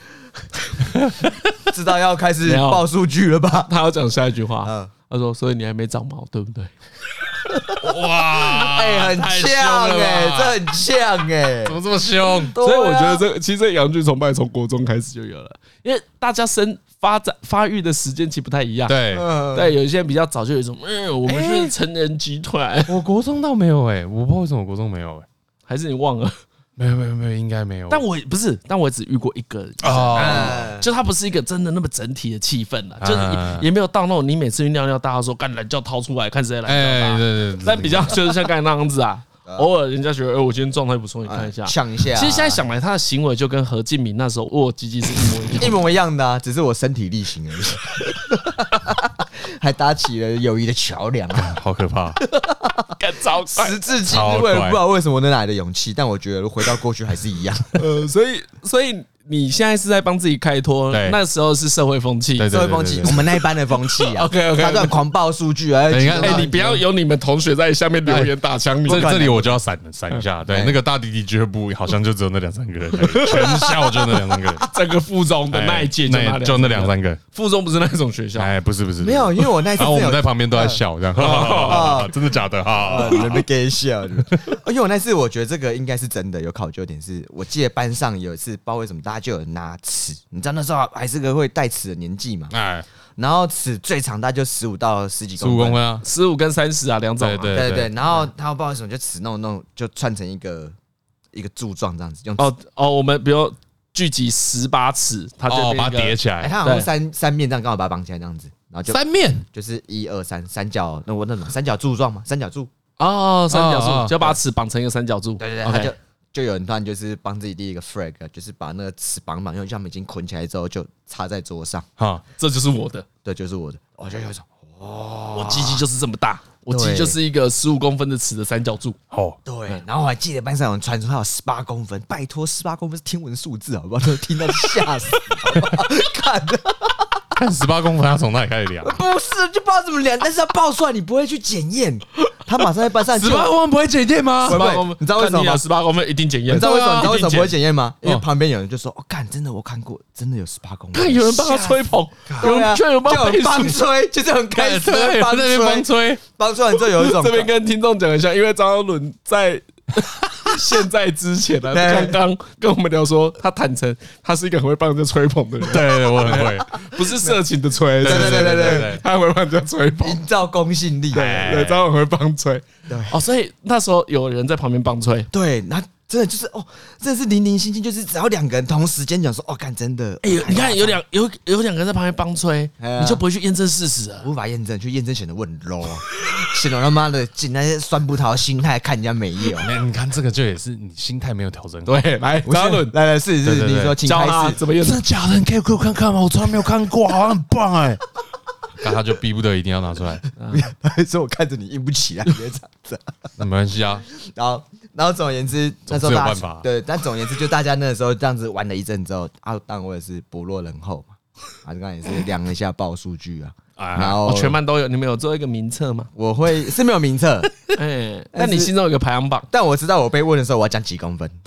知道要开始报数据了吧？ 他要讲下一句话，他说：“所以你还没长毛，对不对？” 哇， 哎，很像哎，这很像哎， 怎么这么凶？ 所以我觉得这其实这阳具崇拜从国中开始就有了，因为大家生发展发育的时间其实不太一样。 对对，有一些人比较早就有一种，嗯，我们是成人集团。 我国中倒没有哎，我不知道为什么国中没有哎， 还是你忘了？ 没有没有没有，应该没有。 但我不是，但我只遇过一个哦，就它不是一个真的那么整体的气氛了，就是也没有到那种你每次去尿尿，大家说干懒觉掏出来看谁来尿大。对对。但比较就是像刚才那样子啊，偶尔人家觉得，哎，我今天状态不错，你看一下， 想一下。 其实现在想来，他的行为就跟何敬明那时候握鸡鸡是一模一样， 一模一样的啊，只是我身体力行而已。还搭起了友谊的桥梁啊， 好可怕！ 干糟快， 时至今日，我也不知道为什么能来的勇气，但我觉得回到过去还是一样。 呃，所以，所以你现在是在帮自己开脱，那时候是社会风气， 社会风气，我们那一班的风气啊。 OK OK， 他在狂爆数据啊！ 你看，哎，你不要有你们同学在下面留言打枪， 这这里我就要闪闪一下。对，那个大弟弟俱乐部好像就只有那两三个人，全校就那两三个人， 整个附中的那一届就那两三个。 附中不是那种学校， 哎，不是不是， 没有，因为我那次然后我们在旁边都在笑，这样，真的假的哈？ 你们给笑。因为我那次我觉得这个应该是真的，有考究点是，我记得班上有一次，不知道为什么大家就有拿尺，你知道那时候还是个会带尺的年纪嘛，哎，然后尺最长大概就十五到十几公分， 十五公分啊， 十五跟三十啊两种， 对对对，然后他不知道为什么就尺弄弄就串成一个一个柱状这样子，用哦哦，我们比如。聚集十八尺，他就把它叠起来， 他好像三三面这样刚好把它绑起来这样子，然后就三面就是一二三三角，那我那种三角柱状嘛，三角柱哦，三角柱就把尺绑成一个三角柱， 对对对，他就就有人突然就是帮自己立一个 flag， 就是把那个尺绑绑，因为他们已经捆起来之后就插在桌上， 哈，这就是我的， 对，就是我的，我就有一种哦，我鸡鸡就是这么大。我鸡就是一个十五公分的尺的三角柱， 哦，对，然后我还记得班上有人传出它有十八公分，拜托，十八公分是天文数字，好不好？听到吓死，看， 看十八公分，他从哪里开始量？ 不是，就不知道怎么量，但是他报出来，你不会去检验，他马上在班上十八公分不会检验吗？ 十八公分， 你知道为什么吗？ 十八公分一定检验， 你知道为什么？你知道为什么不会检验吗？因为旁边有人就说：“哦，干，真的，我看过，真的有十八公分。” 看有人帮他吹捧，有人居然有帮帮吹，就是很开心， 帮那边帮吹， 帮吹完之后有一种。 这边跟听众讲一下，因为张嘉伦在现在之前呢，刚刚跟我们聊说，他坦诚他是一个很会帮人家吹捧的人。 对对，我很会， 不是色情的吹， 对对对对对， 他会帮人家吹捧， 营造公信力。 对对，张嘉伦会帮吹。对哦，所以那时候有人在旁边帮吹。 对，那。真的就是哦，真的是零零星星，就是只要两个人同时间讲说，哦，干真的， 哎，你看有两有有两个人在旁边帮吹，你就不会去验证事实啊， 无法验证，去验证显得我很 low， 显得他妈的进那些酸葡萄心态看人家没有。 你看这个就也是你心态没有调整。 对，来，张伦， 来来试试，你说请开始怎么验证？ 真的假的？你可以给我看看吗？我从来没有看过，好像很棒哎。那他就逼不得一定要拿出来， 他还说我看着你硬不起来，别这样子。 那没关系啊。 然后，然后总而言之，那时候大家对，但总而言之，就大家那时候这样子玩了一阵之后，啊，当然我也是不落人后嘛，啊，刚刚也是量了一下报数据啊。然后全班都有，你们有做一个名册吗？ 我会是没有名册， 哎，那你心中有个排行榜， 但我知道我被问的时候我要讲几公分。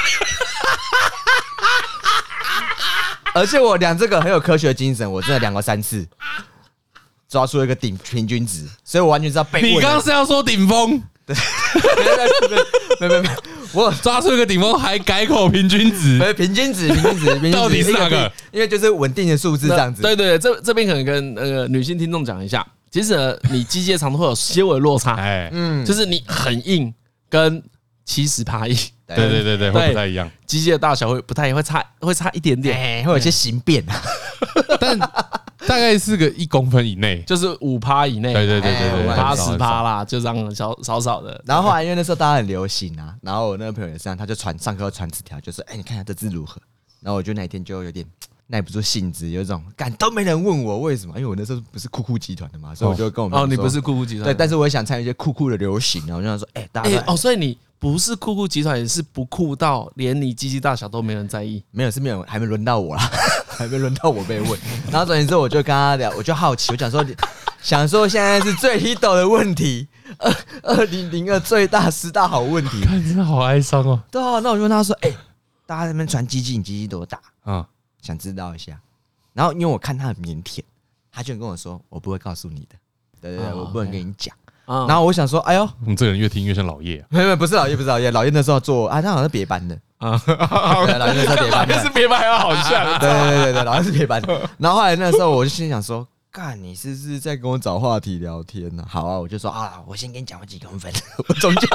而且我量这个很有科学精神，我真的量过三次，抓出一个顶平均值，所以我完全知道被问。 你刚刚是要说顶峰？ 对，没没没，我抓出一个顶峰，还改口平均值？ 没平均值，平均值，平均值到底是哪个？ 因为就是稳定的数字这样子。 对对对，这这边可能跟那个女性听众讲一下，其实你机械长度会有些微落差，哎，嗯，就是你很硬跟七十趴硬。 对对对对，会不太一样， 机械的大小会不太会差，会差一点点， 会有些形变， 但大概是个一公分以内， 就是五趴以内， 对对对对对， 五趴十趴啦，就这样少少少的。 然后后来因为那时候大家很流行啊，然后我那个朋友也是，他就传上课传纸条，就说：“哎，你看一下这字如何？”然后我就那一天就有点耐不住性子，有一种干都没人问我为什么，因为我那时候不是酷酷集团的嘛，所以我就跟我们哦，你不是酷酷集团， 对，但是我也想参与一些酷酷的流行，然后我就想说：“哎，大家哦，所以你。” 不是酷酷集团，也是不酷到连你鸡鸡大小都没人在意。 没有，是没有，还没轮到我啦，还没轮到我被问。然后总之我就跟他聊，我就好奇，我讲说，想说现在是最 hit 的问题，二二零零二最大十大好问题。 看，真的好哀伤哦。 对啊，那我就问他说，哎、欸，大家在那边传鸡鸡，你鸡鸡多大？啊、嗯，想知道一下。然后因为我看他很腼腆，他就跟我说，我不会告诉你的，对对对，哦、我不能跟你讲。嗯、然后我想说，哎呦， 你这个人越听越像老叶、啊。 没有，不是老叶，不是老叶，老叶那时候做啊，他好像是别班的啊，对，老叶那时候别班的， 是别班还好像， 对对对对，老叶是别班的。然后后来那时候我就心想说，干，你是不是在跟我找话题聊天呢、啊？好啊，我就说啊，我先跟你讲我几公分，我中间。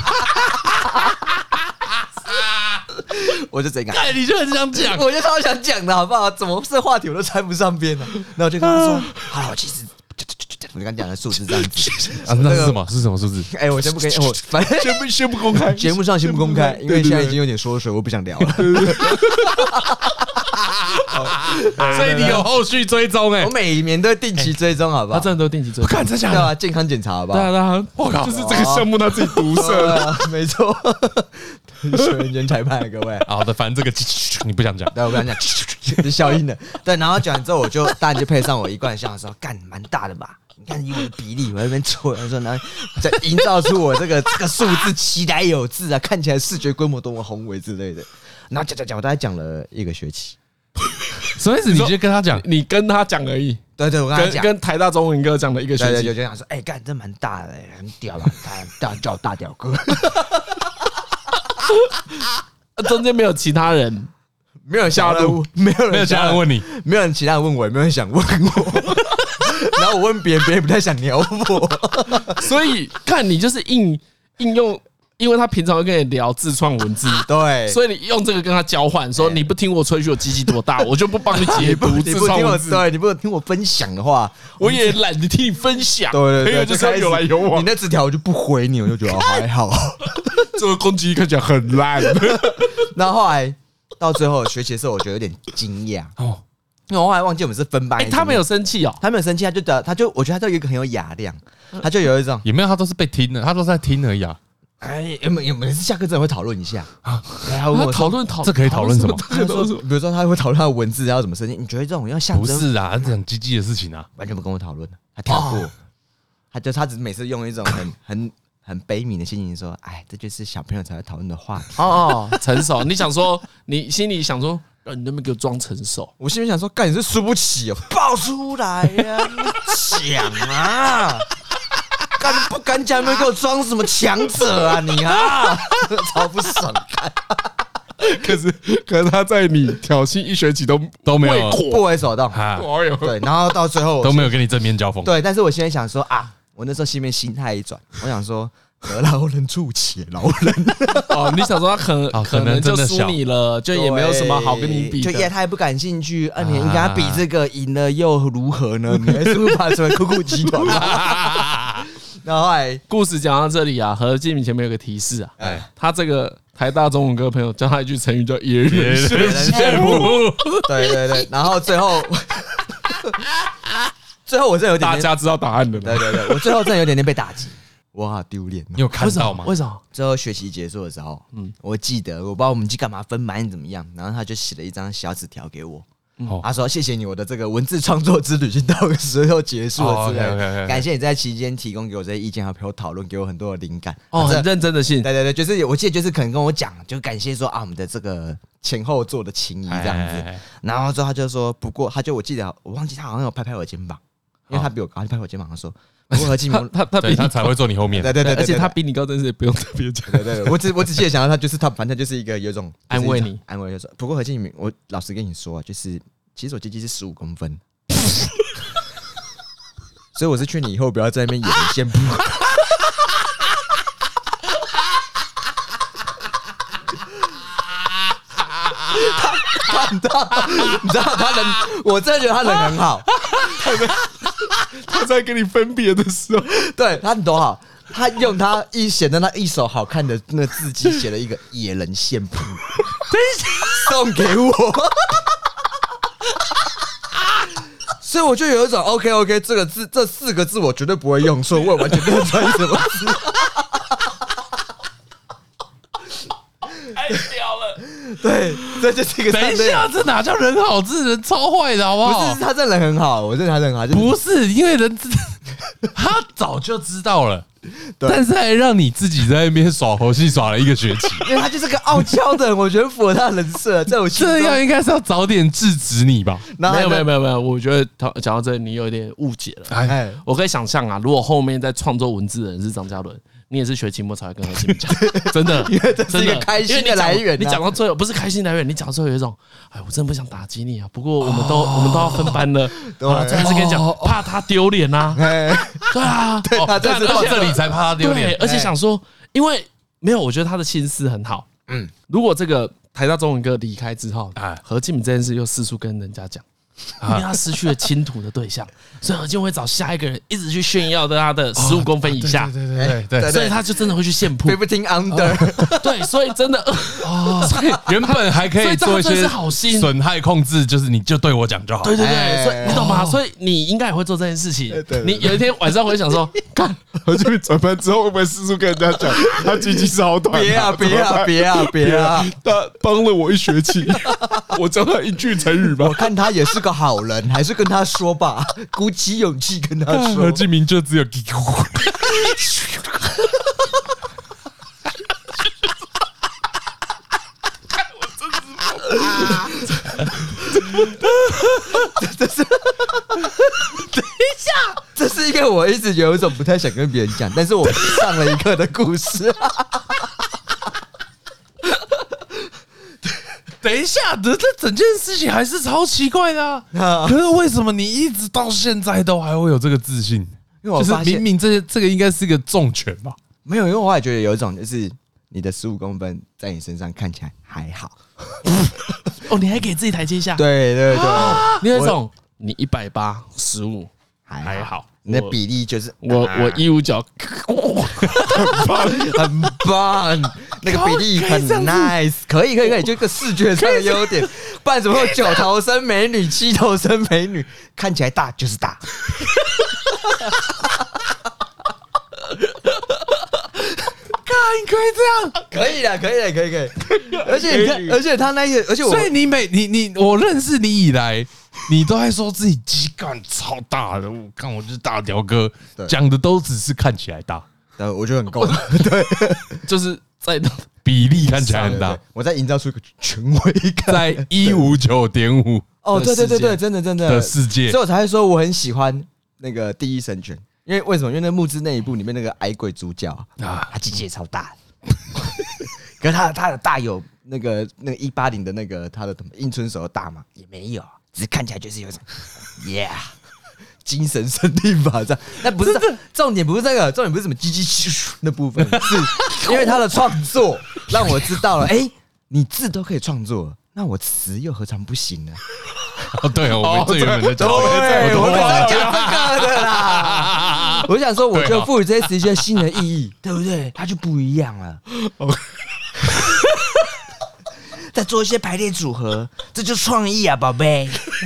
我就这样， 哎，你就很想讲， 我就超想讲的好不好？怎么这话题我都插不上边呢、啊？然后我就跟他说，好，其实。我刚讲的数字这样子啊，那是什么？是什么数字？ 哎、欸，我先不跟我，反正先不先不公开， 节目上先不公开，因为现在已经有点缩水，我不想聊了。 所以你有后续追踪哎、欸， 我每年都定期追踪，好不好？ 他真的都定期追踪， 我看这讲啊，健康检查，好不好？ 对啊，对啊，我靠， 就是这个项目他自己独设， 没错。水人员裁判，各位。 好的，反正这个你不想讲， 对，我不想讲，是消音的。对，然后讲完之后，我就当然就配上我一贯像说，干蛮大的吧。你看以我的比例，我在那边搓，我说然后再营造出我这个这个数字其来有致啊，看起来视觉规模多么宏伟之类的。然后讲讲讲，我大概讲了一个学期。 什么意思？你直接跟他讲， 你跟他讲而已。 对对，我跟他讲， 跟台大中文哥讲了一个学期， 对对，就讲说，哎、欸，干这蛮大的、欸，很屌吧？大叫大屌哥。 中间没有其他人， 没有加人，没有人， 没有其他人问你， 没有人其他人问我，也没有人想问我。然后我问别人，别人不太想鸟我， 所以看你就是应应用，因为他平常会跟你聊自创文字， 对， 所以你用这个跟他交换，说你不听我吹嘘我鸡鸡多大，我就不帮你解读自创文字。 对，你不听我分享的话， 我也懒得听你分享。 对对对，就是要有来有往。 你那纸条我就不回你，我就觉得还好。 这个攻击看起来很烂。 然后后来到最后学期的时候，我觉得有点惊讶哦。因为我后来忘记我们是分班、欸， 他没有生气哦， 他没有生气，他就得，他就，我觉得他就有一个很有雅量，他就有一种也没有，他都是被听的，他都是在听而已啊。 哎，有没有每次下课真的会讨论一下啊？ 讨论讨， 这可以讨论什么？ 比如说，比如说他会讨论他的文字要怎么设计，你觉得这种要象征？ 不是啊，这种鸡鸡的事情啊， 完全不跟我讨论，他跳过，他就他只每次用一种很很。很悲悯的心情说：“哎，这就是小朋友才会讨论的话题哦，成熟。你想说，你心里想说，你那边给我装成熟。 我心里想说，干你是输不起哦，爆出来呀、啊，讲啊，干不敢讲，没给我装什么强者啊你啊，超不爽看。 可是，可是他在你挑衅一学期都都没有不为所动，对，然后到最后都没有跟你正面交锋。 对，但是我现在想说啊。”我那时候心面心态一转，我想说得饶人处且饶人。 哦，你想说他可能、哦、可能就输你了，就也没有什么好跟你比的， 就也他也不感兴趣。啊，你跟他比这个赢了又如何呢？你还是不怕成为酷酷集团吗？然后后来故事讲到这里啊，何敬敏前面有个提示啊，哎，他这个台大中文哥朋友教他一句成语叫野人羡慕。 对对对，然后最后。最后我真的有点， 大家知道答案了。 对对对，我最后真的有点点被打击，我好丢脸。 你有看到吗？ 为什么？ 最后学期结束的时候，嗯，我记得我不知道我们去干嘛分班怎么样，然后他就写了一张小纸条给我，他说谢谢你，我的这个文字创作之旅就到个时候结束了之类的，感谢你在期间提供给我这些意见，还陪我讨论，给我很多的灵感。 哦，很认真的信。 对对对，就是我记得就是可能跟我讲，就感谢说啊我们的这个前后座的情谊这样子，然后之后他就说，不过他就我记得我忘记他好像有拍拍我的肩膀。因为他比我高，他就拍我肩膀说：“不过何敬明， 他他比他才会坐你后面。” 对对对， 而且他比你高，真是不用特别讲。 对对对，我只我只记得想到他就是他，反正就是一个有一种安慰你， 安慰就说。不过何敬明，我老实跟你说啊，就是其实我鸡鸡是十五公分，所以我是劝你以后不要在那边演先不。他你知道，你知道他人，我真的觉得他人很好。 他在他在跟你分别的时候， 对他多好，他用他一显得他一手好看的那个字迹写了一个野人献铺，送给我。所以我就有一种 OK OK 这个字这四个字我绝对不会用错，我也完全不知道穿什么字。 对，这就是一个。 等一下，这哪叫人好？这人超坏的，好不好？ 不是，他这人很好，我认为他人很好。 不是，因为人他早就知道了。但是还让你自己在那边耍猴戏耍了一个学期， 因为他就是个傲娇的人，我觉得符合他的人设。在我这样应该是要早点制止你吧？ 没有没有没有没有，我觉得他讲到这里，你有点误解了。哎，我可以想象啊，如果后面在创作文字的人是张嘉伦，你也是学期末才会跟何金明讲，真的， 因为这是一个开心的来源。 你讲到最后不是开心来源，你讲到最后有一种，哎，我真的不想打击你啊。不过我们都我们都要分班了，啊，真的是跟你讲，怕他丢脸呐。对啊， 对他这是到这里才怕他丢脸， 而且想说，因为没有，我觉得他的心思很好。嗯，如果这个台大中文哥离开之后，何敬敏这件事又四处跟人家讲。因为他失去了倾吐的对象，所以何建会找下一个人一直去炫耀的他的十五公分以下， 对对对对对， 所以他就真的会去炫铺 ，fifteen under， 对，所以真的哦， 所以原本还可以做一些好心损害控制，就是你就对我讲就好， 对对对，所以你懂吗？所以你应该也会做这件事情。你有一天晚上会想说，看何建转班之后会不会四处跟人家讲他鸡鸡是好短？ 别啊别啊别啊别啊！ 他帮了我一学期，我教他一句成语吧。 我看他也是个好人，还是跟他说吧，鼓起勇气跟他说。 何敬明就只有这是，等一下，这是一个我一直有一种不太想跟别人讲，但是我上了一课的故事。 等一下，这这整件事情还是超奇怪的啊！可是为什么你一直到现在都还会有这个自信？ 因为我就是明明这这个应该是个重拳吧？ 没有，因为我也觉得有一种就是你的十五公分在你身上看起来还好。 哦，你还给自己台阶下？ 对对对， 你有一种你一百八十五还好。 你的比例就是我我一五九， 很棒很棒，那个比例很 nice， 可以可以可以，就一个视觉上的优点。不然怎么会有九头身美女、七头身美女，看起来大就是大。 你可以这样， 可以的，可以的，可以可以。而且你看，而且他那个，而且我， 所以你每你你我认识你以来。你都在说自己肌干超大的，我看我就是大屌哥，讲的都只是看起来大， 但我觉得很够了。对， 就是在比例看起来很大， 我在营造出一个权威感， 在一五九点五哦，对对对对，真的真的的世界， 所以我才会说我很喜欢那个第一神拳，因为为什么？因为那木之那一部里面那个矮鬼主角啊，他鸡鸡也超大的，可是他他的大有那个那个一八零的那个他的樱村手的大吗？也没有。只是看起来就是有种 ，yeah， 精神胜利法这样。那不是重点，不是这个重点，不是什么鸡鸡那部分，是因为他的创作让我知道了，哎、欸，你字都可以创作，那我词又何尝不行呢？ 哦，对哦，我们最原本的讲， 对，我们在讲这个的啦。我想说，我就赋予这些词一些新的意义，对不对？它就不一样了。再做一些排列组合，这就是创意啊，宝贝。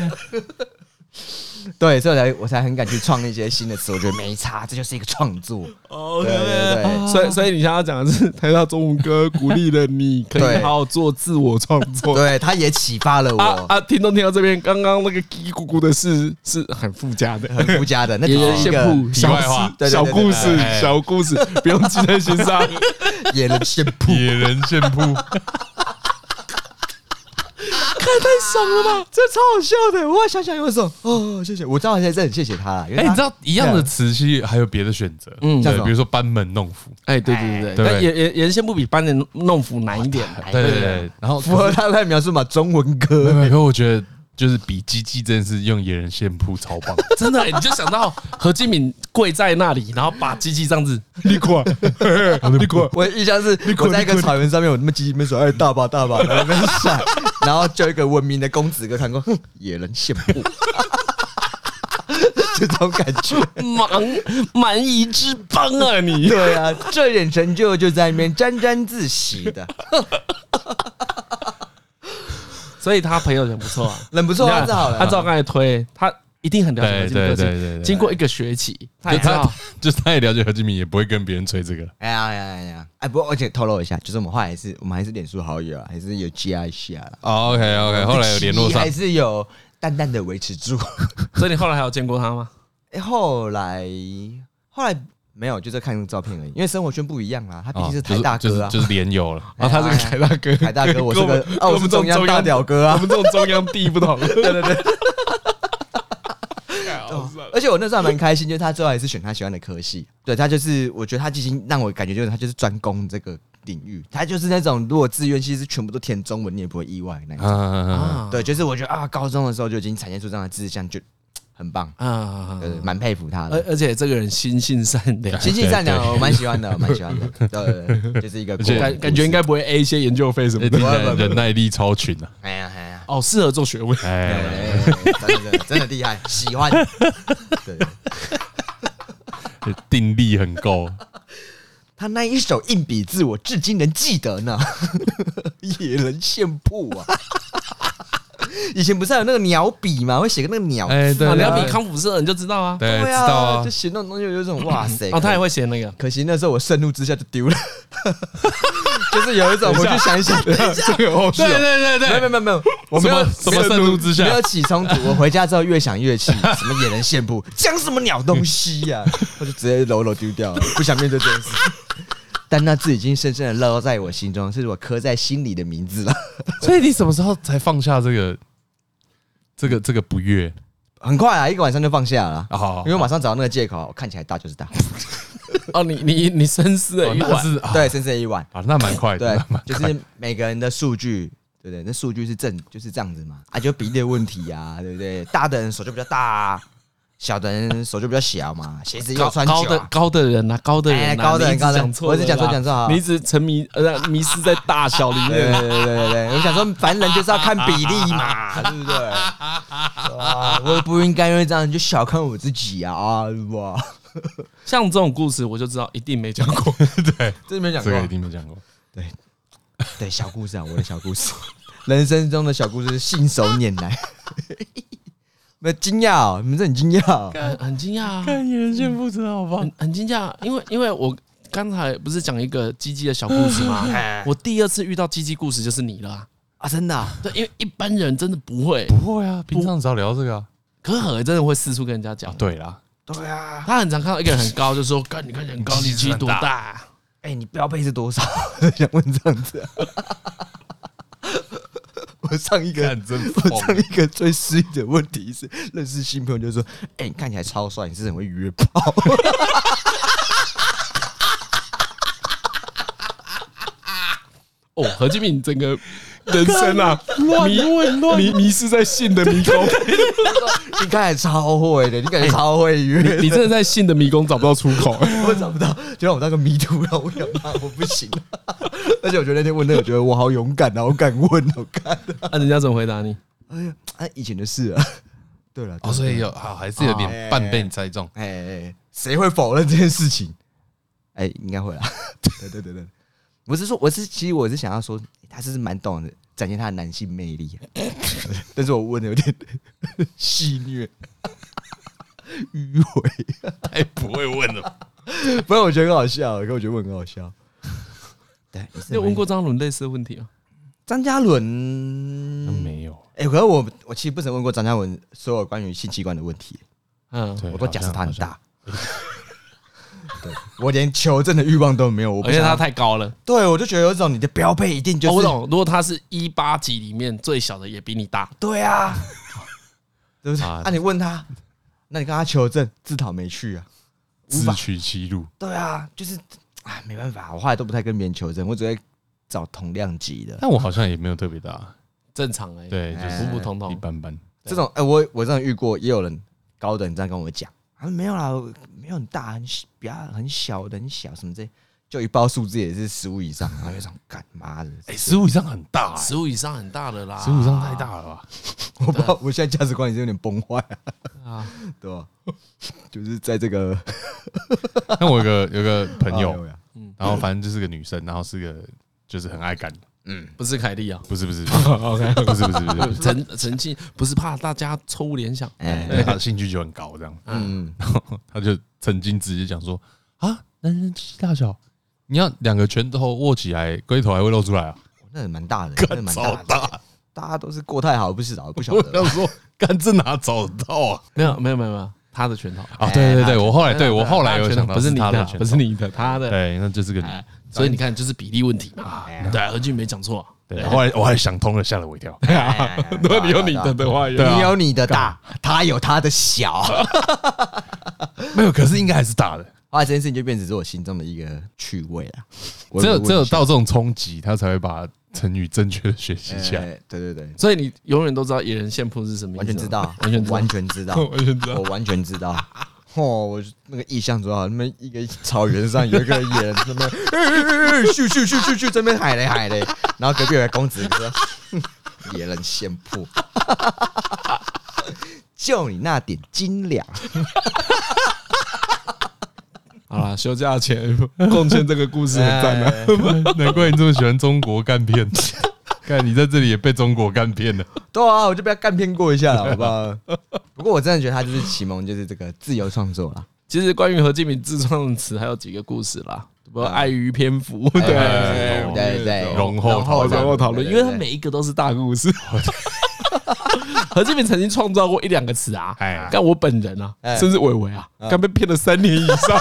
对，所以我才我才很敢去创一些新的词，我觉得没差，这就是一个创作。 哦， 对对对， 所以所以你想要讲的是，台大中文哥鼓励了你可以好好做自我创作， 对，他也启发了我。 啊啊！听众听到这边，刚刚那个叽咕咕的事是很附加的， 很附加的，那只是一个小事、 小故事、小故事，不用记在心上。 野人炫铺， 野人炫铺。 看太爽了吧，这超好笑的！我想想有什么哦，谢谢，我知道现在很谢谢他了。 哎，你知道一样的词其实还有别的选择，嗯，对，比如说班门弄斧。 哎，对对对对，但也也也先不比班门弄斧难一点， 对对对。然后符合他的描述嘛，中文歌。 可我觉得就是比鸡鸡真的是用野人炫铺超棒， 真的，你就想到何敬敏跪在那里，然后把鸡鸡这样子， 你过，你过。 我印象是我在一个草原上面，我他妈鸡鸡没说，哎，大把大把，然后那边闪，然后就一个文明的公子哥看过，哼，野人炫铺，就这种感觉， 蛮蛮夷之邦啊你， 对啊，这点成就就在那边沾沾自喜的。 所以他朋友很不错啊， 人不错啊，这好了。 按照刚才推，他一定很了解何敬明个性。 经过一个学期，他也知道， 就是他也了解何敬明，也不会跟别人吹这个。 哎呀哎呀哎呀！哎，不过而且透露一下，就是我们后来还是我们还是脸书好友啊，还是有加一下了。 哦 ，OK OK， 后来有联络上， 还是有淡淡的维持住。 所以你后来还有见过他吗？ 哎，后来后来。没有，就是看照片而已。因为生活圈不一样啦，他毕竟是台大哥啊， 就是连友了。 然后他是个台大哥， 台大哥，我是个哦，我是中央大屌哥啊。 我们这种中央地不同。对对对。 而且我那时候还蛮开心，就是他最后还是选他喜欢的科系。对他就是，我觉得他已经让我感觉就是他就是专攻这个领域。他就是那种如果志愿其实全部都填中文，你也不会意外那种。对，就是我觉得啊，高中的时候就已经产生出这样的志向，就。很棒啊，对，蛮佩服他的， 而而且这个人心性善良， 心性善良，我蛮喜欢的，蛮喜欢的，对，就是一个感感觉应该不会 A 一些研究费什么的， 忍耐力超群啊， 哎呀哎呀， 哦，适合做学位，哎， 真的真的厉害，喜欢，对， 定力很够。 他那一手硬笔字，我至今能记得呢，野人献曝啊。以前不是还有那个鸟笔吗？会写个那个鸟， 哎，对，鸟笔康复社你就知道啊， 对，知道啊， 就写那种东西有一种哇塞， 哦，他也会写那个， 可惜那时候我盛怒之下就丢了，就是有一种我去想一想， 这个后续，对对对对， 没有没有没有，我没有什么盛怒之下没有起冲突，我回家之后越想越气，什么野人献曝，讲什么鸟东西呀，我就直接揉揉丢掉了，不想面对这件事。但那字已经深深的烙在我心中，是我刻在心里的名字了。 所以你什么时候才放下这个、这个、这个不悦？ 很快啊，一个晚上就放下了。 哦， 因为马上找到那个借口，看起来大就是大。 哦，你你你深思了一晚， 哦、 对，深思了一晚啊，那蛮快的。 对，就是每个人的数据，对不对？那数据是正，就是这样子嘛。啊，就比例的问题啊，对不对？大的人手就比较大啊。小的人手就比较小嘛，鞋子又穿久、啊、 高的高的人啊，高的人、啊哎，高的人，高的人，我一直讲错讲错好， 你一直沉迷呃迷失在大小里面， 对对对对对，我想说，凡人就是要看比例嘛，对不对？啊，我也不应该因为这样就小看我自己啊，哇！ 像这种故事，我就知道一定没讲过， 对， 这没讲过， 这个一定没讲过， 对对，小故事啊，我的小故事，人生中的小故事信手拈来。没惊讶哦，你们这很惊讶， 很很惊讶啊！ 看野人献曝真的好棒， 很很惊讶，因为因为我刚才不是讲一个鸡鸡的小故事吗？我第二次遇到鸡鸡故事就是你了啊！ 啊真的、啊？ 对，因为一般人真的不会， 不会啊，平常只要聊这个、啊， 可是何真的会四处跟人家讲、啊。 对啦， 对啊， 他很常看到一个人很高，就说：“干，你看你很高，你鸡多大？ 哎、欸，你标配是多少？”想问这样子、啊。我上一个，我上一个最失意的问题是，认识新朋友就说：“哎、欸，你看起来超帅，你是很会约炮。” 哦，何敬明整个人生啊， 迷问乱迷迷失在性的迷宫。 你看起来超会的，你感觉超会约、欸， 你真的在性的迷宫找不到出口， 我找不到，就让我当个迷途，让我想骂我不行。而且我觉得那天问那个，我觉得我好勇敢啊，我敢问，好看。 那人家怎么回答你？ 哎呀，哎，以前的事啊。对了， 哦，所以有好还是有点半被你猜中。 哎哎，谁会否认这件事情？哎，应该会啦。对对对对，我是说，我是其实我是想要说，他是蛮懂的，展现他的男性魅力。但是我问的有点戏谑、迂回， 太不会问了。 不然我觉得很好笑，可我觉得问很好笑。对， 你有问过张伦类似的问题吗？ 张嘉伦没有。 哎、欸，可是我我其实不曾问过张嘉伦所有关于性器官的问题。嗯，我都假设他很大。对，我连求证的欲望都没有，我而且他太高了。 对，我就觉得有一种你的标配一定就是、哦、 我懂。如果他是一八级里面最小的，也比你大。 对啊，对不对？啊，你问他，那你跟他求证，自讨没趣啊， 自取其辱。 对啊，就是啊，没办法，我后来都不太跟别人求证，我只会找同量级的。 但我好像也没有特别大， 正常哎， 对，就是普普通通， 一般般。 这种哎、欸，我我真的遇过，也有人高的人这样跟我讲。啊，没有啦，没有很大，很比较很小的很小什么这，就一报数字也是十五以上，然后就想干妈的， 哎，十五以上很大、欸， 十五以上很大的啦， 十五以上太大了吧？ 我不知道，我现在价值观已经有点崩坏啊，啊对吧？就是在这个， 那我有个有个朋友，然后反正就是个女生，然后是个就是很爱干， 嗯，不是凯莉啊， 不是不是 ，OK， 不是不是不是陈陈庆不是怕大家错误联想， 哎，他的兴趣就很高这样，嗯，然后他就曾经直接讲说啊，男人鸡鸡大小，你要两个拳头握起来，龟头还会露出来啊， 那蛮大的，那蛮大的，大家都是过太好不是啊，不晓得。 我说，干这哪找得到啊？ 没有没有没有没有。他的拳头啊，对对对，我后来对我后来有想到， 不是你的，不是你的，他的， 对，那就是个你， 所以你看，就是比例问题嘛。对，何俊没讲错， 对，后来我还想通了，吓了我一跳。 如果你有你的的话， 你有你的大，他有他的小， 没有，可是应该还是大的。 后来这件事情就变成是我心中的一个趣味了。 只有只有到这种冲击，他才会把成语正确的学习起来。 对对对， 所以你永远都知道野人线铺是什么意思， 完全知道， 完全完全知道， 完全知道， 我完全知道。哦，我那个意象主要，那么一个草原上有一个野人，那么咻咻咻咻咻，这边海嘞海嘞，然后隔壁有个公子说：“野人线铺，就你那点斤两。” 好啦，休假前贡献这个故事很赞啊！ 难怪你这么喜欢中国干片，看你在这里也被中国干片了。 对啊，我就被他干片过一下了，好不好？不过我真的觉得他就是启蒙，就是这个自由创作啦。 其实关于何敬敏自创的词还有几个故事啦，不过碍于篇幅，对对对， 容后容后讨论，因为他每一个都是大故事。何敬敏曾经创造过一两个词啊，干我本人啊，甚至伟伟啊，刚被骗了三年以上。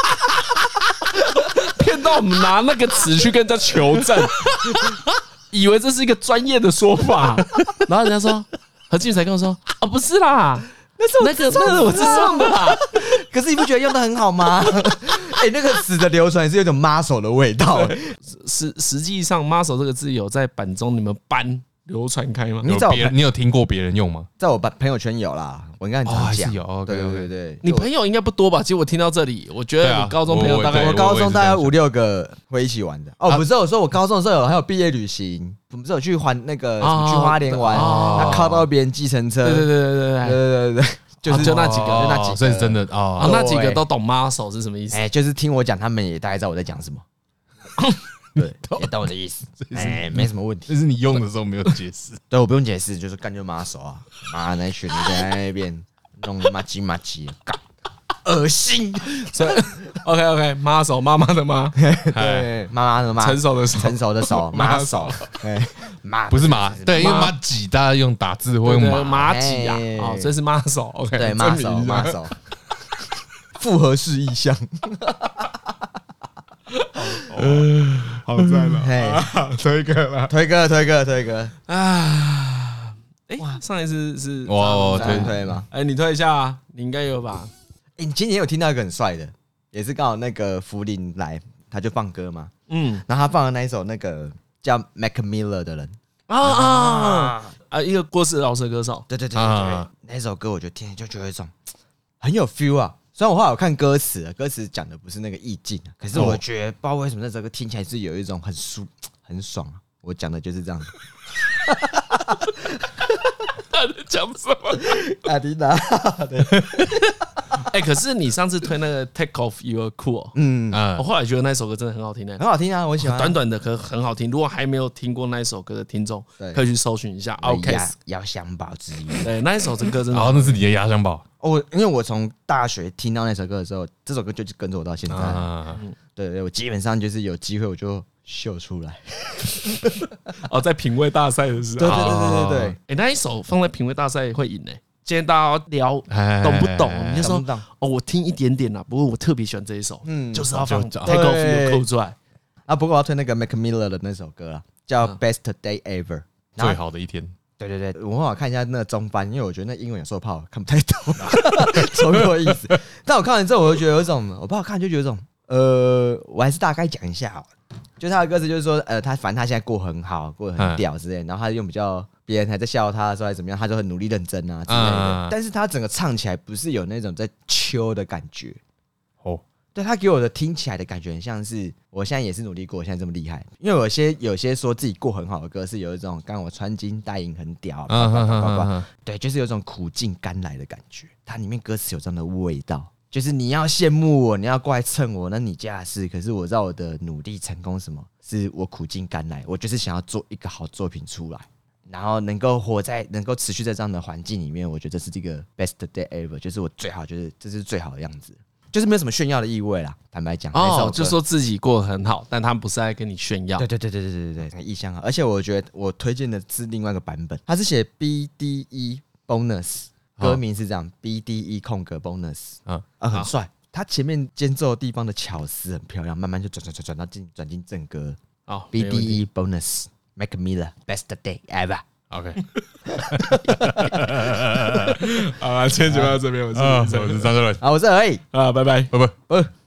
骗到我们拿那个词去跟人家求证，以为这是一个专业的说法，然后人家说何敬敏才跟我说：“哦，不是啦，那是我那个那是我自创的啦。” 可是你不觉得用的很好吗？哎，那个词的流传是有种 muscle 的味道。 实实际上 muscle 这个字有在版中你们班流传开吗？ 你别人你有听过别人用吗？ 在我朋友圈有啦，我应该很常讲。 有， 对对对， 你朋友应该不多吧？其实我听到这里，我觉得你高中朋友大概我高中大概五六个会一起玩的。哦，不是，我说我高中的时候有还有毕业旅行，我们不是有去环那个去花莲玩，那靠到别人计程车。 对对对对对对对对，就是就那几个， 就那几个， 所以真的哦， 那几个都懂 muscle 是什么意思？ 哎，就是听我讲，他们也大概知道我在讲什么。对，也懂我的意思，哎，没什么问题。 就是你用的时候没有解释， 对我不用解释，就是干就妈手啊，妈那群人在那边弄麻鸡麻鸡，干恶心。 所以 OK OK， 妈手妈妈的妈， 对，妈妈的妈， 成熟的手， 成熟的手，妈手，哎，妈不是马，对，因为马几大家用打字或用马马几啊，哦，这是妈手 ，OK， 对，妈手妈手，复合式意象。 好赞了，推歌了， 推歌，推歌，推歌啊！哎，上一次是我推推吗？ 哎，你推一下啊，你应该有吧？ 哎，你今年有听到一个很帅的，也是刚好那个福林来，他就放歌嘛，嗯，然后他放的那一首那个叫 Mac Miller 的人啊啊啊，一个过世饶舌歌手， 对对对对，那首歌我就听就觉得一种很有 feel 啊。虽然我后来有看歌词，歌词讲的不是那个意境，可是我觉得不知道为什么那首歌听起来是有一种很舒很爽啊。我讲的就是这样子。 他在讲什么？ 阿迪达。 哎，可是你上次推那个 Take Off Your Cool， 嗯，我后来觉得那首歌真的很好听， 很好听啊，我喜欢。 短短的可很好听。如果还没有听过那首歌的听众，可以去搜寻一下。OK， 压箱宝之一。 对，那一首这歌真的。 哦，那是你的压箱宝。 我因为我从大学听到那首歌的时候，这首歌就跟着我到现在。嗯，对对，我基本上就是有机会我就秀出来。 哦，在品味大赛的时候。 对对对对对。 哎，那一首放在品味大赛会赢诶。今天大家聊懂不懂？你就说哦，我听一点点啦。不过我特别喜欢这一首，嗯，就是要放 Take Off Your Coat 出来啊。不过我要推那个 Mac Miller 的那首歌啦，叫 Best Day Ever， 最好的一天。 对对对，我好看一下那个中翻，因为我觉得那英文有时候怕我看不太懂，错过意思。但我看完之后，我就觉得有一种，我不好看就觉得有一种，呃，我还是大概讲一下好了。就他的歌词就是说，呃，他反正他现在过很好，过得很屌之类的，然后他用比较别人还在笑他的时候还是怎么样，他就很努力认真啊之类的。但是他整个唱起来不是有那种在秋的感觉。哦。对他给我的听起来的感觉很像是，我现在也是努力过，我现在这么厉害。因为有些有些说自己过很好的歌，是有一种刚刚我穿金戴银很屌，对，就是有一种苦尽甘来的感觉。它里面歌词有这样的味道， 就是你要羡慕我，你要过来蹭我，那你家的事。可是我知道我的努力成功什么，是我苦尽甘来，我就是想要做一个好作品出来，然后能够活在，能够持续在这样的环境里面，我觉得这是这个 best day ever， 就是我最好，就是这是最好的样子，就是没有什么炫耀的意味啦。坦白讲， 哦，就说自己过得很好，但他们不是在跟你炫耀。 对对对对对对对，意向好。而且我觉得我推荐的是另外一个版本，它是写 B D E bonus。歌名是这样 ，B D E 空格 bonus， 啊啊很帅，他前面间奏的地方的巧思很漂亮，慢慢就转转转转到进转进正歌。哦 ，B D E bonus Mac Miller best day ever。OK， 好，今天就到这边，我是我是张哲伦， 好，我是何毅， 啊，拜拜， 拜拜，拜。